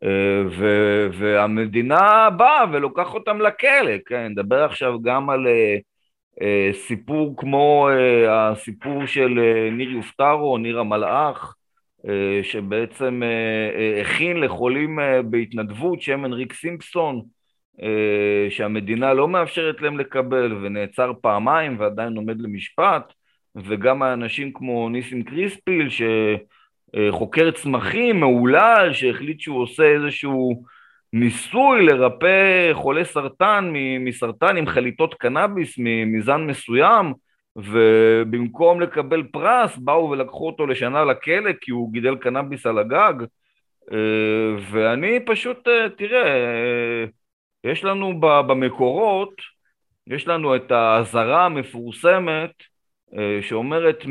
והמדינה באה ולוקח אותם לכלא, כן, נדבר עכשיו גם על סיפור כמו הסיפור של ניר יופטרו, ניר המלאך, שבעצם הכין לחולים בהתנדבות שמן ריק סימפסון, שהמדינה לא מאפשרת להם לקבל, ונעצר פעמיים ועדיין עומד למשפט, וגם האנשים כמו ניסים קריספיל, חוקר צמחים מעולל, שהחליט שהוא עושה איזשהו ניסוי לרפא חולי סרטן מסרטן עם חליטות קנאביס מזן מסוים, ובמקום לקבל פרס באו ולקחו אותו לשנה לכלא כי הוא גידל קנאביס על הגג. ואני פשוט, תראה, יש לנו במקורות, יש לנו את האזהרה המפורסמת שאומרת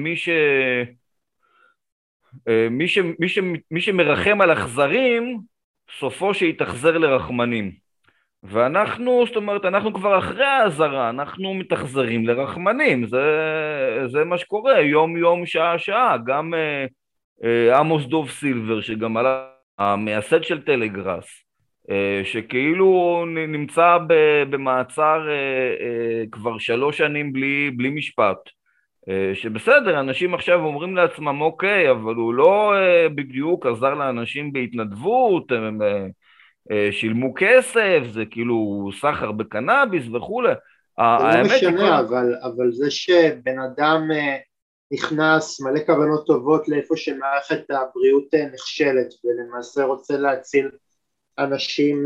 מי שמרחם על אכזרים, סופו שיתאכזר לרחמנים. ואנחנו, זאת אומרת, אנחנו כבר אחרי ההזרה, אנחנו מתאכזרים לרחמנים, זה מה שקורה, יום יום, שעה שעה, גם עמוס דוב סילבר, שגם עלה, המייסד של טלגראס, שכאילו נמצא במעצר כבר 3 שנים בלי משפט, שבסדר, אנשים עכשיו אומרים לעצמם, אוקיי, אבל הוא לא בדיוק עזר לאנשים בהתנדבות, הם שילמו כסף, זה כאילו סחר בקנאביס וכולי. זה לא האמת היא משנה, קודם, אבל זה שבן אדם נכנס מלא כוונות טובות לאיפה שמערכת הבריאות נכשלת, ולמעשה רוצה להציל אנשים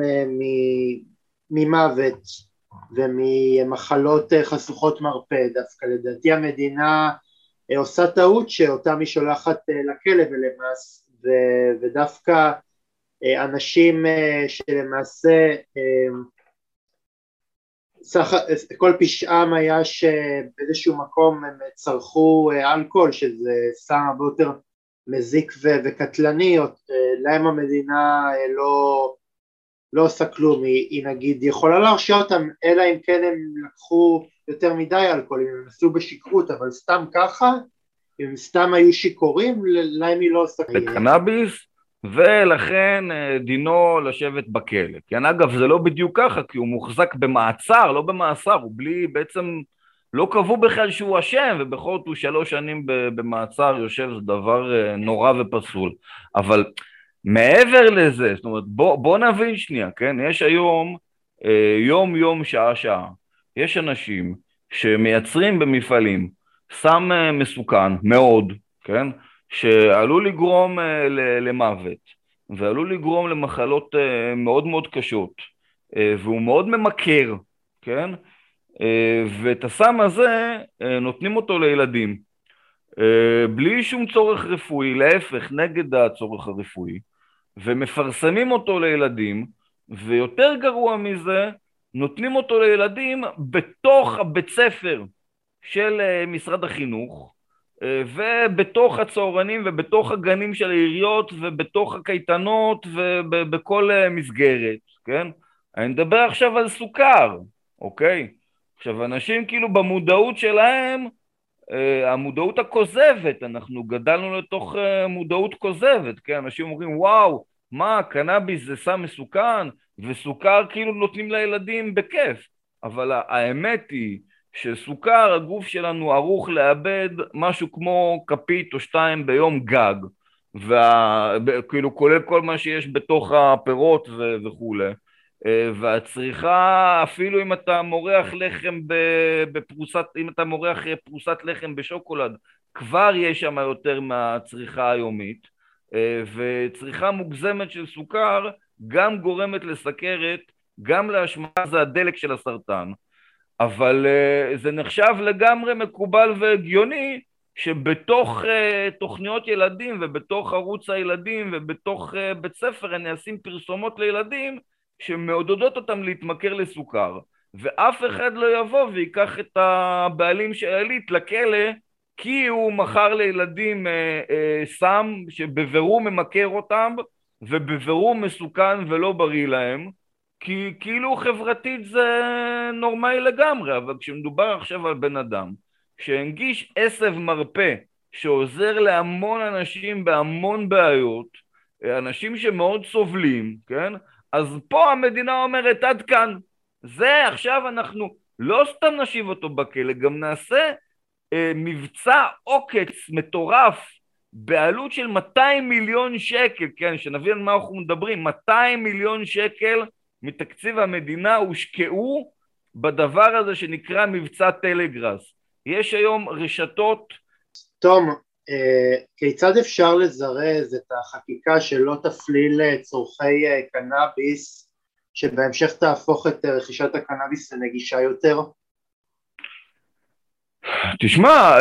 ממוות וממחלות חשוכות מרפא, דווקא לדעתי המדינה עושה טעות שאותם היא שולחת לכלא ולמעשה, ודווקא אנשים שלמעשה כל פשעם היה שבאיזשהו מקום הם צרכו אלכוהול, שזה סם הרבה יותר מזיק וקטלני, להם המדינה לא עושה כלום, היא נגיד יכולה להרשיע אותם, אלא אם כן הם לקחו יותר מדי אלכוהול, אם הם עשו בשכרות, אבל סתם ככה, אם הם סתם היו שיכורים, להם היא לא עושה כלום. בקנאביס, ולכן דינו לשבת בכלא. כן, אגב, זה לא בדיוק ככה, כי הוא מוחזק במעצר, לא במאסר, הוא בלי, בעצם לא קבעו בכלל שהוא אשם, ובכל זאת הוא 3 שנים במעצר יושב, זה דבר נורא ופסול. אבל מעבר לזה, זאת אומרת, בוא נבין שנייה, כן? יש היום, יום יום, שעה שעה, יש אנשים שמייצרים במפעלים סם מסוכן מאוד, כן? שעלול לגרום למוות, ועלול לגרום למחלות מאוד מאוד קשות, והוא מאוד ממכר, כן? ואת הסם הזה נותנים אותו לילדים, בלי שום צורך רפואי, להפך, נגד הצורך הרפואי, ומפרסמים אותו לילדים, ויותר גרוע מזה, נותנים אותו לילדים בתוך הבית ספר של משרד החינוך, ובתוך הצהרונים ובתוך הגנים של העיריות ובתוך הקייטנות ובכל מסגרת, כן? אני מדבר עכשיו על סוכר, אוקיי? עכשיו, אנשים כאילו במודעות שלהם, המודעות הכוזבת, אנחנו גדלנו לתוך מודעות כוזבת, כן? אנשים אומרים, וואו, מה, קנאביס זה סם מסוכן, וסוכר כאילו נותנים לילדים בכיף, אבל האמת היא, שסוכר, הגוף שלנו ערוך לאבד משהו כמו כפית או 2 ביום גג, כאילו כולל כל מה שיש בתוך הפירות וכולי, והצריכה, אפילו אם אתה מורח לחם בפרוסת, אם אתה מורח פרוסת לחם בשוקולד, כבר יש שם יותר מהצריכה היומית, וצריכה מוגזמת של סוכר גם גורמת לסכרת, גם להשמנה, זה הדלק של הסרטן. אבל זה נחשב לגמרי מקובל והגיוני שבתוך תוכניות ילדים ובתוך ערוץ הילדים ובתוך בית ספר נעשים פרסומות לילדים שמעודדות אותם להתמכר לסוכר, ואף אחד לא יבוא ויקח את הבעלים של העלית לכלא כי הוא מכר לילדים סם שבבירור ממכר אותם ובבירור מסוכן ולא בריא להם, כי כאילו חברתית זה נורמלי לגמרי, אבל כשמדובר עכשיו על בן אדם שהנגיש עשב מרפא שעוזר להמון אנשים בהמון בעיות, אנשים שמאוד סובלים, כן? אז פה המדינה אומרת עד כאן, זה עכשיו אנחנו לא סתם נשיב אותו בכלא, גם נעשה מבצע עוקץ מטורף בעלות של 200 מיליון שקל, כן? שנבין מה אנחנו מדברים, 200 מיליון שקל מתקציב המדינה הושקעו בדבר הזה שנקרא מבצע טלגראס. יש היום רשתות... תום, כיצד אפשר לזרז את החקיקה שלא תפליל צורכי קנאביס, שבהמשך תהפוך את רכישת הקנאביס לנגישה יותר? תשמע,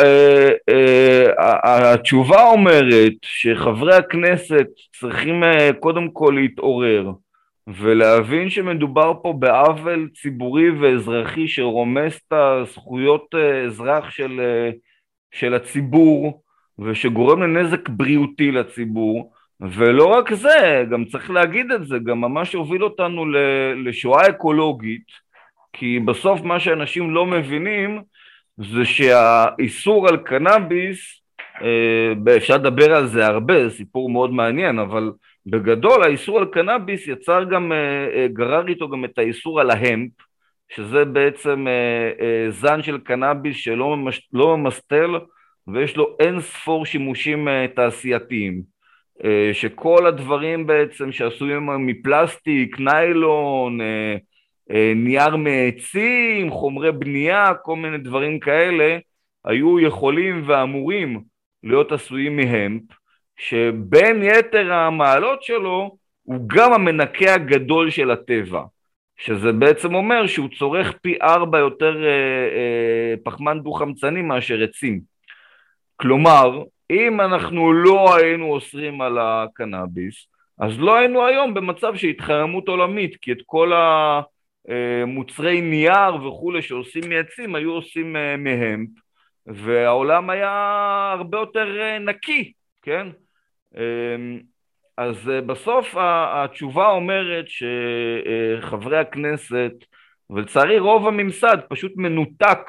התשובה אומרת שחברי הכנסת צריכים קודם כל להתעורר, ולהבין שמדובר פה בעוול ציבורי ואזרחי שרומס את הזכויות אזרח של הציבור, ושגורם לנזק בריאותי לציבור, ולא רק זה, גם צריך להגיד את זה, גם ממש הוביל אותנו לשואה אקולוגית, כי בסוף מה שאנשים לא מבינים זה שהאיסור על קנאביס, אפשר לדבר על זה הרבה, זה סיפור מאוד מעניין, אבל בגדול האיסור על קנאביס יצר גם, גרר איתו גם את האיסור על ההמפ, שזה בעצם זן של קנאביס שלא לא ממסטל, ויש לו אין ספור שימושים תעשייתיים, שכל הדברים בעצם שעשויים מפלסטיק, ניילון, נייר מעצים, חומרי בנייה, כל מיני דברים כאלה, היו יכולים ואמורים להיות עשויים מהמפ, שבין יתר המעלות שלו הוא גם המנקה הגדול של הטבע, שזה בעצם אומר שהוא צורך פי 4 יותר פחמן דו-חמצני מאשר עצים. כלומר, אם אנחנו לא היינו אוסרים על הקנאביס, אז לא היינו היום במצב של התחממות עולמית, כי את כל המוצרי נייר וכולי שעושים מעצים היו עושים מהם, והעולם היה הרבה יותר נקי, כן? אז בסוף התשובה אומרת שחברי הכנסת, ולצערי רוב הממסד פשוט מנותק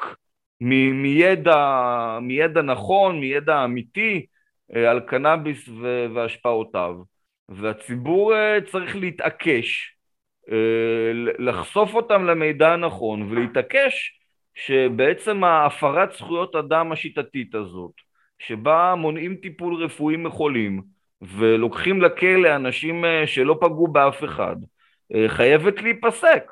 מידע נכון, מידע אמיתי על קנאביס והשפעותיו, והציבור צריך להתעקש, לחשוף אותם למידע הנכון ולהתעקש שבעצם ההפרת זכויות אדם השיטתית הזאת, שבה מונעים טיפול רפואי מחולים ולוקחים לכלא אנשים שלא פגעו באף אחד, חייבת להיפסק.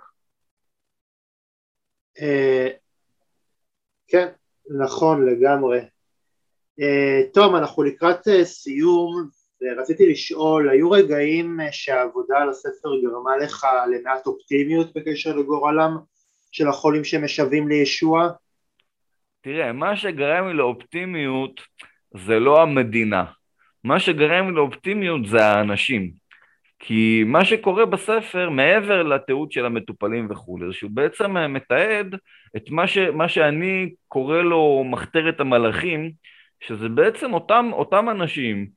כן, נכון לגמרי. טוב, אנחנו לקראת סיום, ורציתי לשאול, היו רגעים שהעבודה על הספר גרמה לך למעט אופטימיות בקשר לגורלם של החולים שמשוועים לישוע? תראה, מה שגרם לי לאופטימיות זה לא המדינה, מה שגרם לי לאופטימיות זה האנשים, כי מה שקורה בספר מעבר לתיעוד של המטופלים וכו', זה שהוא בעצם מתעד את מה שאני קורא לו מחתרת המלאכים, שזה בעצם אותם אנשים,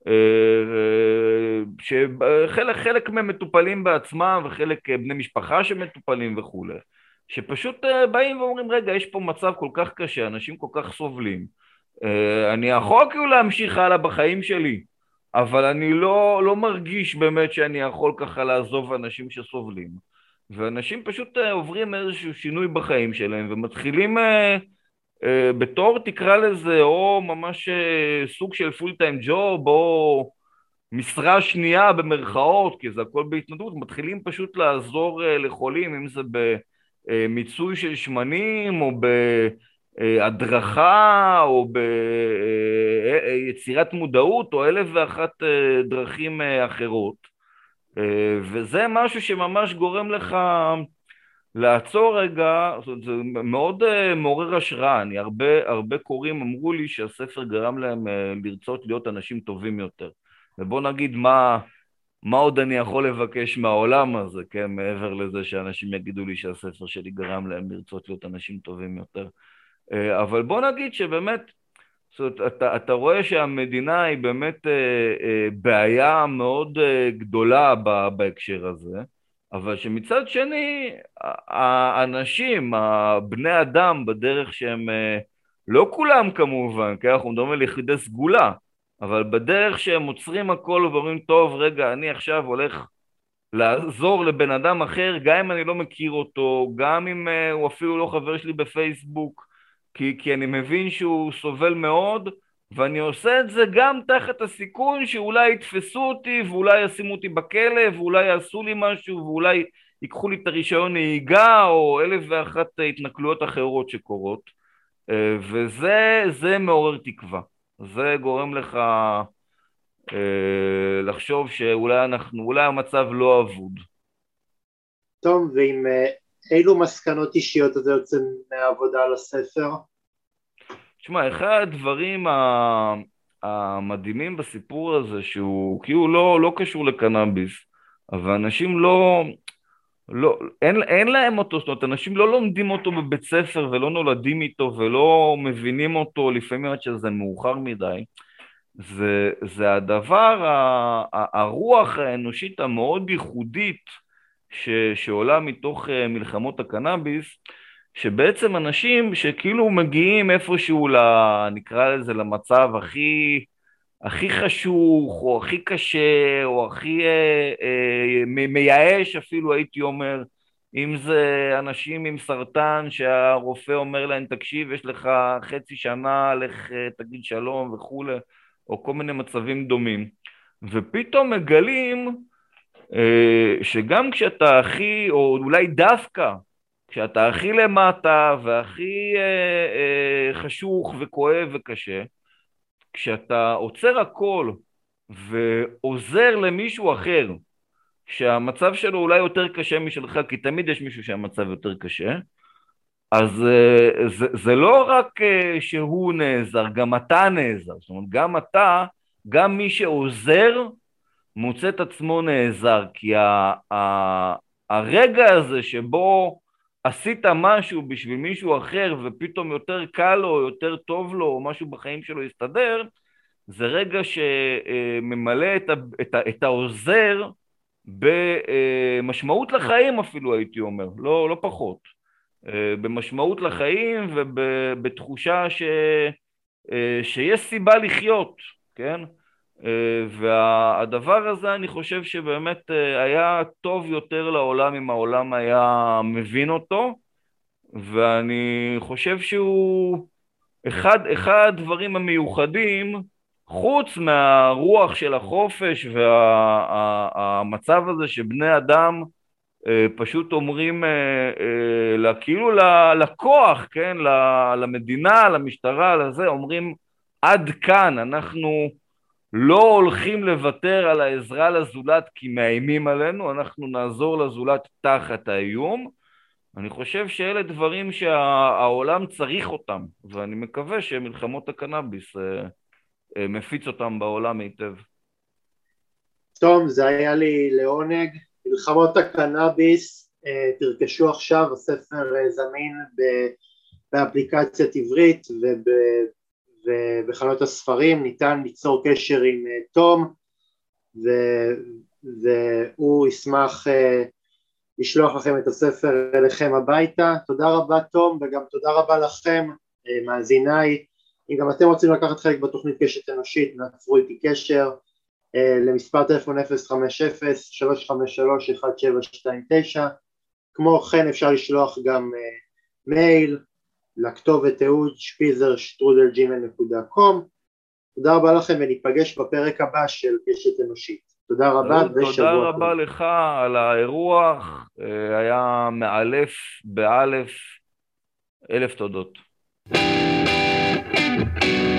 שחלק מהם מטופלים בעצמם וחלק בני משפחה שמטופלים וכו', שפשוט באים ואומרים, רגע, יש פה מצב כל כך קשה, אנשים כל כך סובלים, אני יכול כאילו להמשיך הלאה בחיים שלי, אבל אני לא מרגיש באמת שאני יכול ככה לעזוב אנשים שסובלים, ואנשים פשוט עוברים איזשהו שינוי בחיים שלהם ומתחילים בתור, תקרא לזה, או ממש סוג של פול טיים ג'וב או משרה שנייה במרכאות, כי זה הכל בהתנדבות, מתחילים פשוט לעזור לחולים, אם זה במיצוי של שמנים או בהדרכה או ביצירת מודעות או 1001 דרכים אחרות, וזה משהו שממש גורם לך לעצור רגע. זאת אומרת, זה מאוד מעורר השראה. הרבה קוראים אמרו לי שהספר גרם להם לרצות להיות אנשים טובים יותר, ובוא נגיד מה עוד אני יכול לבקש מהעולם הזה, כן, מעבר לזה שאנשים יגידו לי שהספר שלי גרם להם לרצות להיות אנשים טובים יותר. אבל בוא נגיד שבאמת, זאת אומרת, אתה רואה שהמדינה היא באמת בעיה מאוד גדולה בהקשר הזה, אבל שמצד שני, האנשים, הבני אדם בדרך שהם, לא כולם כמובן, כי אנחנו מדברים על יחידי סגולה, אבל בדרך שהם עוצרים הכל ואומרים, טוב, רגע, אני עכשיו הולך לעזור לבן אדם אחר, גם אם אני לא מכיר אותו, גם אם הוא אפילו לא חבר שלי בפייסבוק, כי אני מבין שהוא סובל מאוד, ואני עושה את זה גם תחת הסיכון שאולי יתפסו אותי, ואולי ישימו אותי בכלא, ואולי יעשו לי משהו, ואולי ייקחו לי את הרישיון נהיגה, או 1001 התנכלויות אחרות שקורות, וזה מעורר תקווה. זה גורם לך לחשוב שאולי המצב לא אבוד. טוב, ועם אילו מסקנות אישיות אתה יוצא מהעבודה על הספר? תשמע, אחד הדברים המדהימים בסיפור הזה, שהוא כאילו לא קשור לקנאביס, אבל אנשים אין להם אותו, זאת אומרת, אנשים לא לומדים אותו בבית ספר ולא נולדים איתו ולא מבינים אותו, לפעמים עד שזה מאוחר מדי, זה הדבר, הרוח האנושית המאוד ייחודית שעולה מתוך מלחמות הקנאביס, שבעצם אנשים שכאילו מגיעים איפשהו, נקרא לזה, למצב הכי חשוך, או הכי קשה, או הכי מייאש אפילו, הייתי אומר, אם זה אנשים עם סרטן שהרופא אומר להם, תקשיב, יש לך חצי שנה, לך תגיד שלום וכולי, או כל מיני מצבים דומים. ופתאום מגלים שגם כשאתה הכי, או אולי דווקא, כשאתה הכי למטה והכי חשוך וכואב וקשה, כשאתה עוצר הכל ועוזר למישהו אחר, שהמצב שלו אולי יותר קשה משלך, כי תמיד יש מישהו שהמצב יותר קשה, אז זה לא רק שהוא נעזר, גם אתה נעזר. זאת אומרת, גם אתה, גם מי שעוזר, מוצא את עצמו נעזר, כי הרגע הזה שבו עשית משהו בשביל מישהו אחר, ופתאום יותר קל לו, יותר טוב לו, או משהו בחיים שלו יסתדר, זה רגע שממלא את העוזר במשמעות לחיים אפילו, הייתי אומר, לא פחות. במשמעות לחיים ובתחושה שיש סיבה לחיות, כן? והדבר הזה אני חושב שבאמת היה טוב יותר לעולם אם העולם היה מבין אותו, ואני חושב שהוא אחד הדברים המיוחדים, חוץ מהרוח של החופש והמצב הזה שבני אדם פשוט אומרים כאילו לכוח, כן, למדינה, למשטרה, לזה, אומרים עד כאן, אנחנו לא הולכים לוותר על העזרה לזולת כי מאיימים עלינו, אנחנו נעזור לזולת תחת האיום. אני חושב שאלה דברים שהעולם צריך אותם, ואני מקווה שמלחמות הקנאביס מפיץ אותם בעולם היטב. תום, זה היה לי לעונג. מלחמות הקנאביס, תרכשו עכשיו, הספר זמין באפליקציית עברית ובחנות הספרים, ניתן ליצור קשר עם תום, והוא ישמח לשלוח לכם את הספר אליכם הביתה. תודה רבה תום, וגם תודה רבה לכם, מאזיניי. אם גם אתם רוצים לקחת חלק בתוכנית קשת אנושית, נעצרו איתי קשר למספר טלפון 050-353-1729. כמו כן אפשר לשלוח גם מייל לכתובת ehud.spizer@gmail.com. תודה רבה לכם, וניפגש בפרק הבא של קשת אנושית. תודה רבה ושבוע טוב. תודה רבה לך על האירוח, היה מאלף באלף, אלף תודות.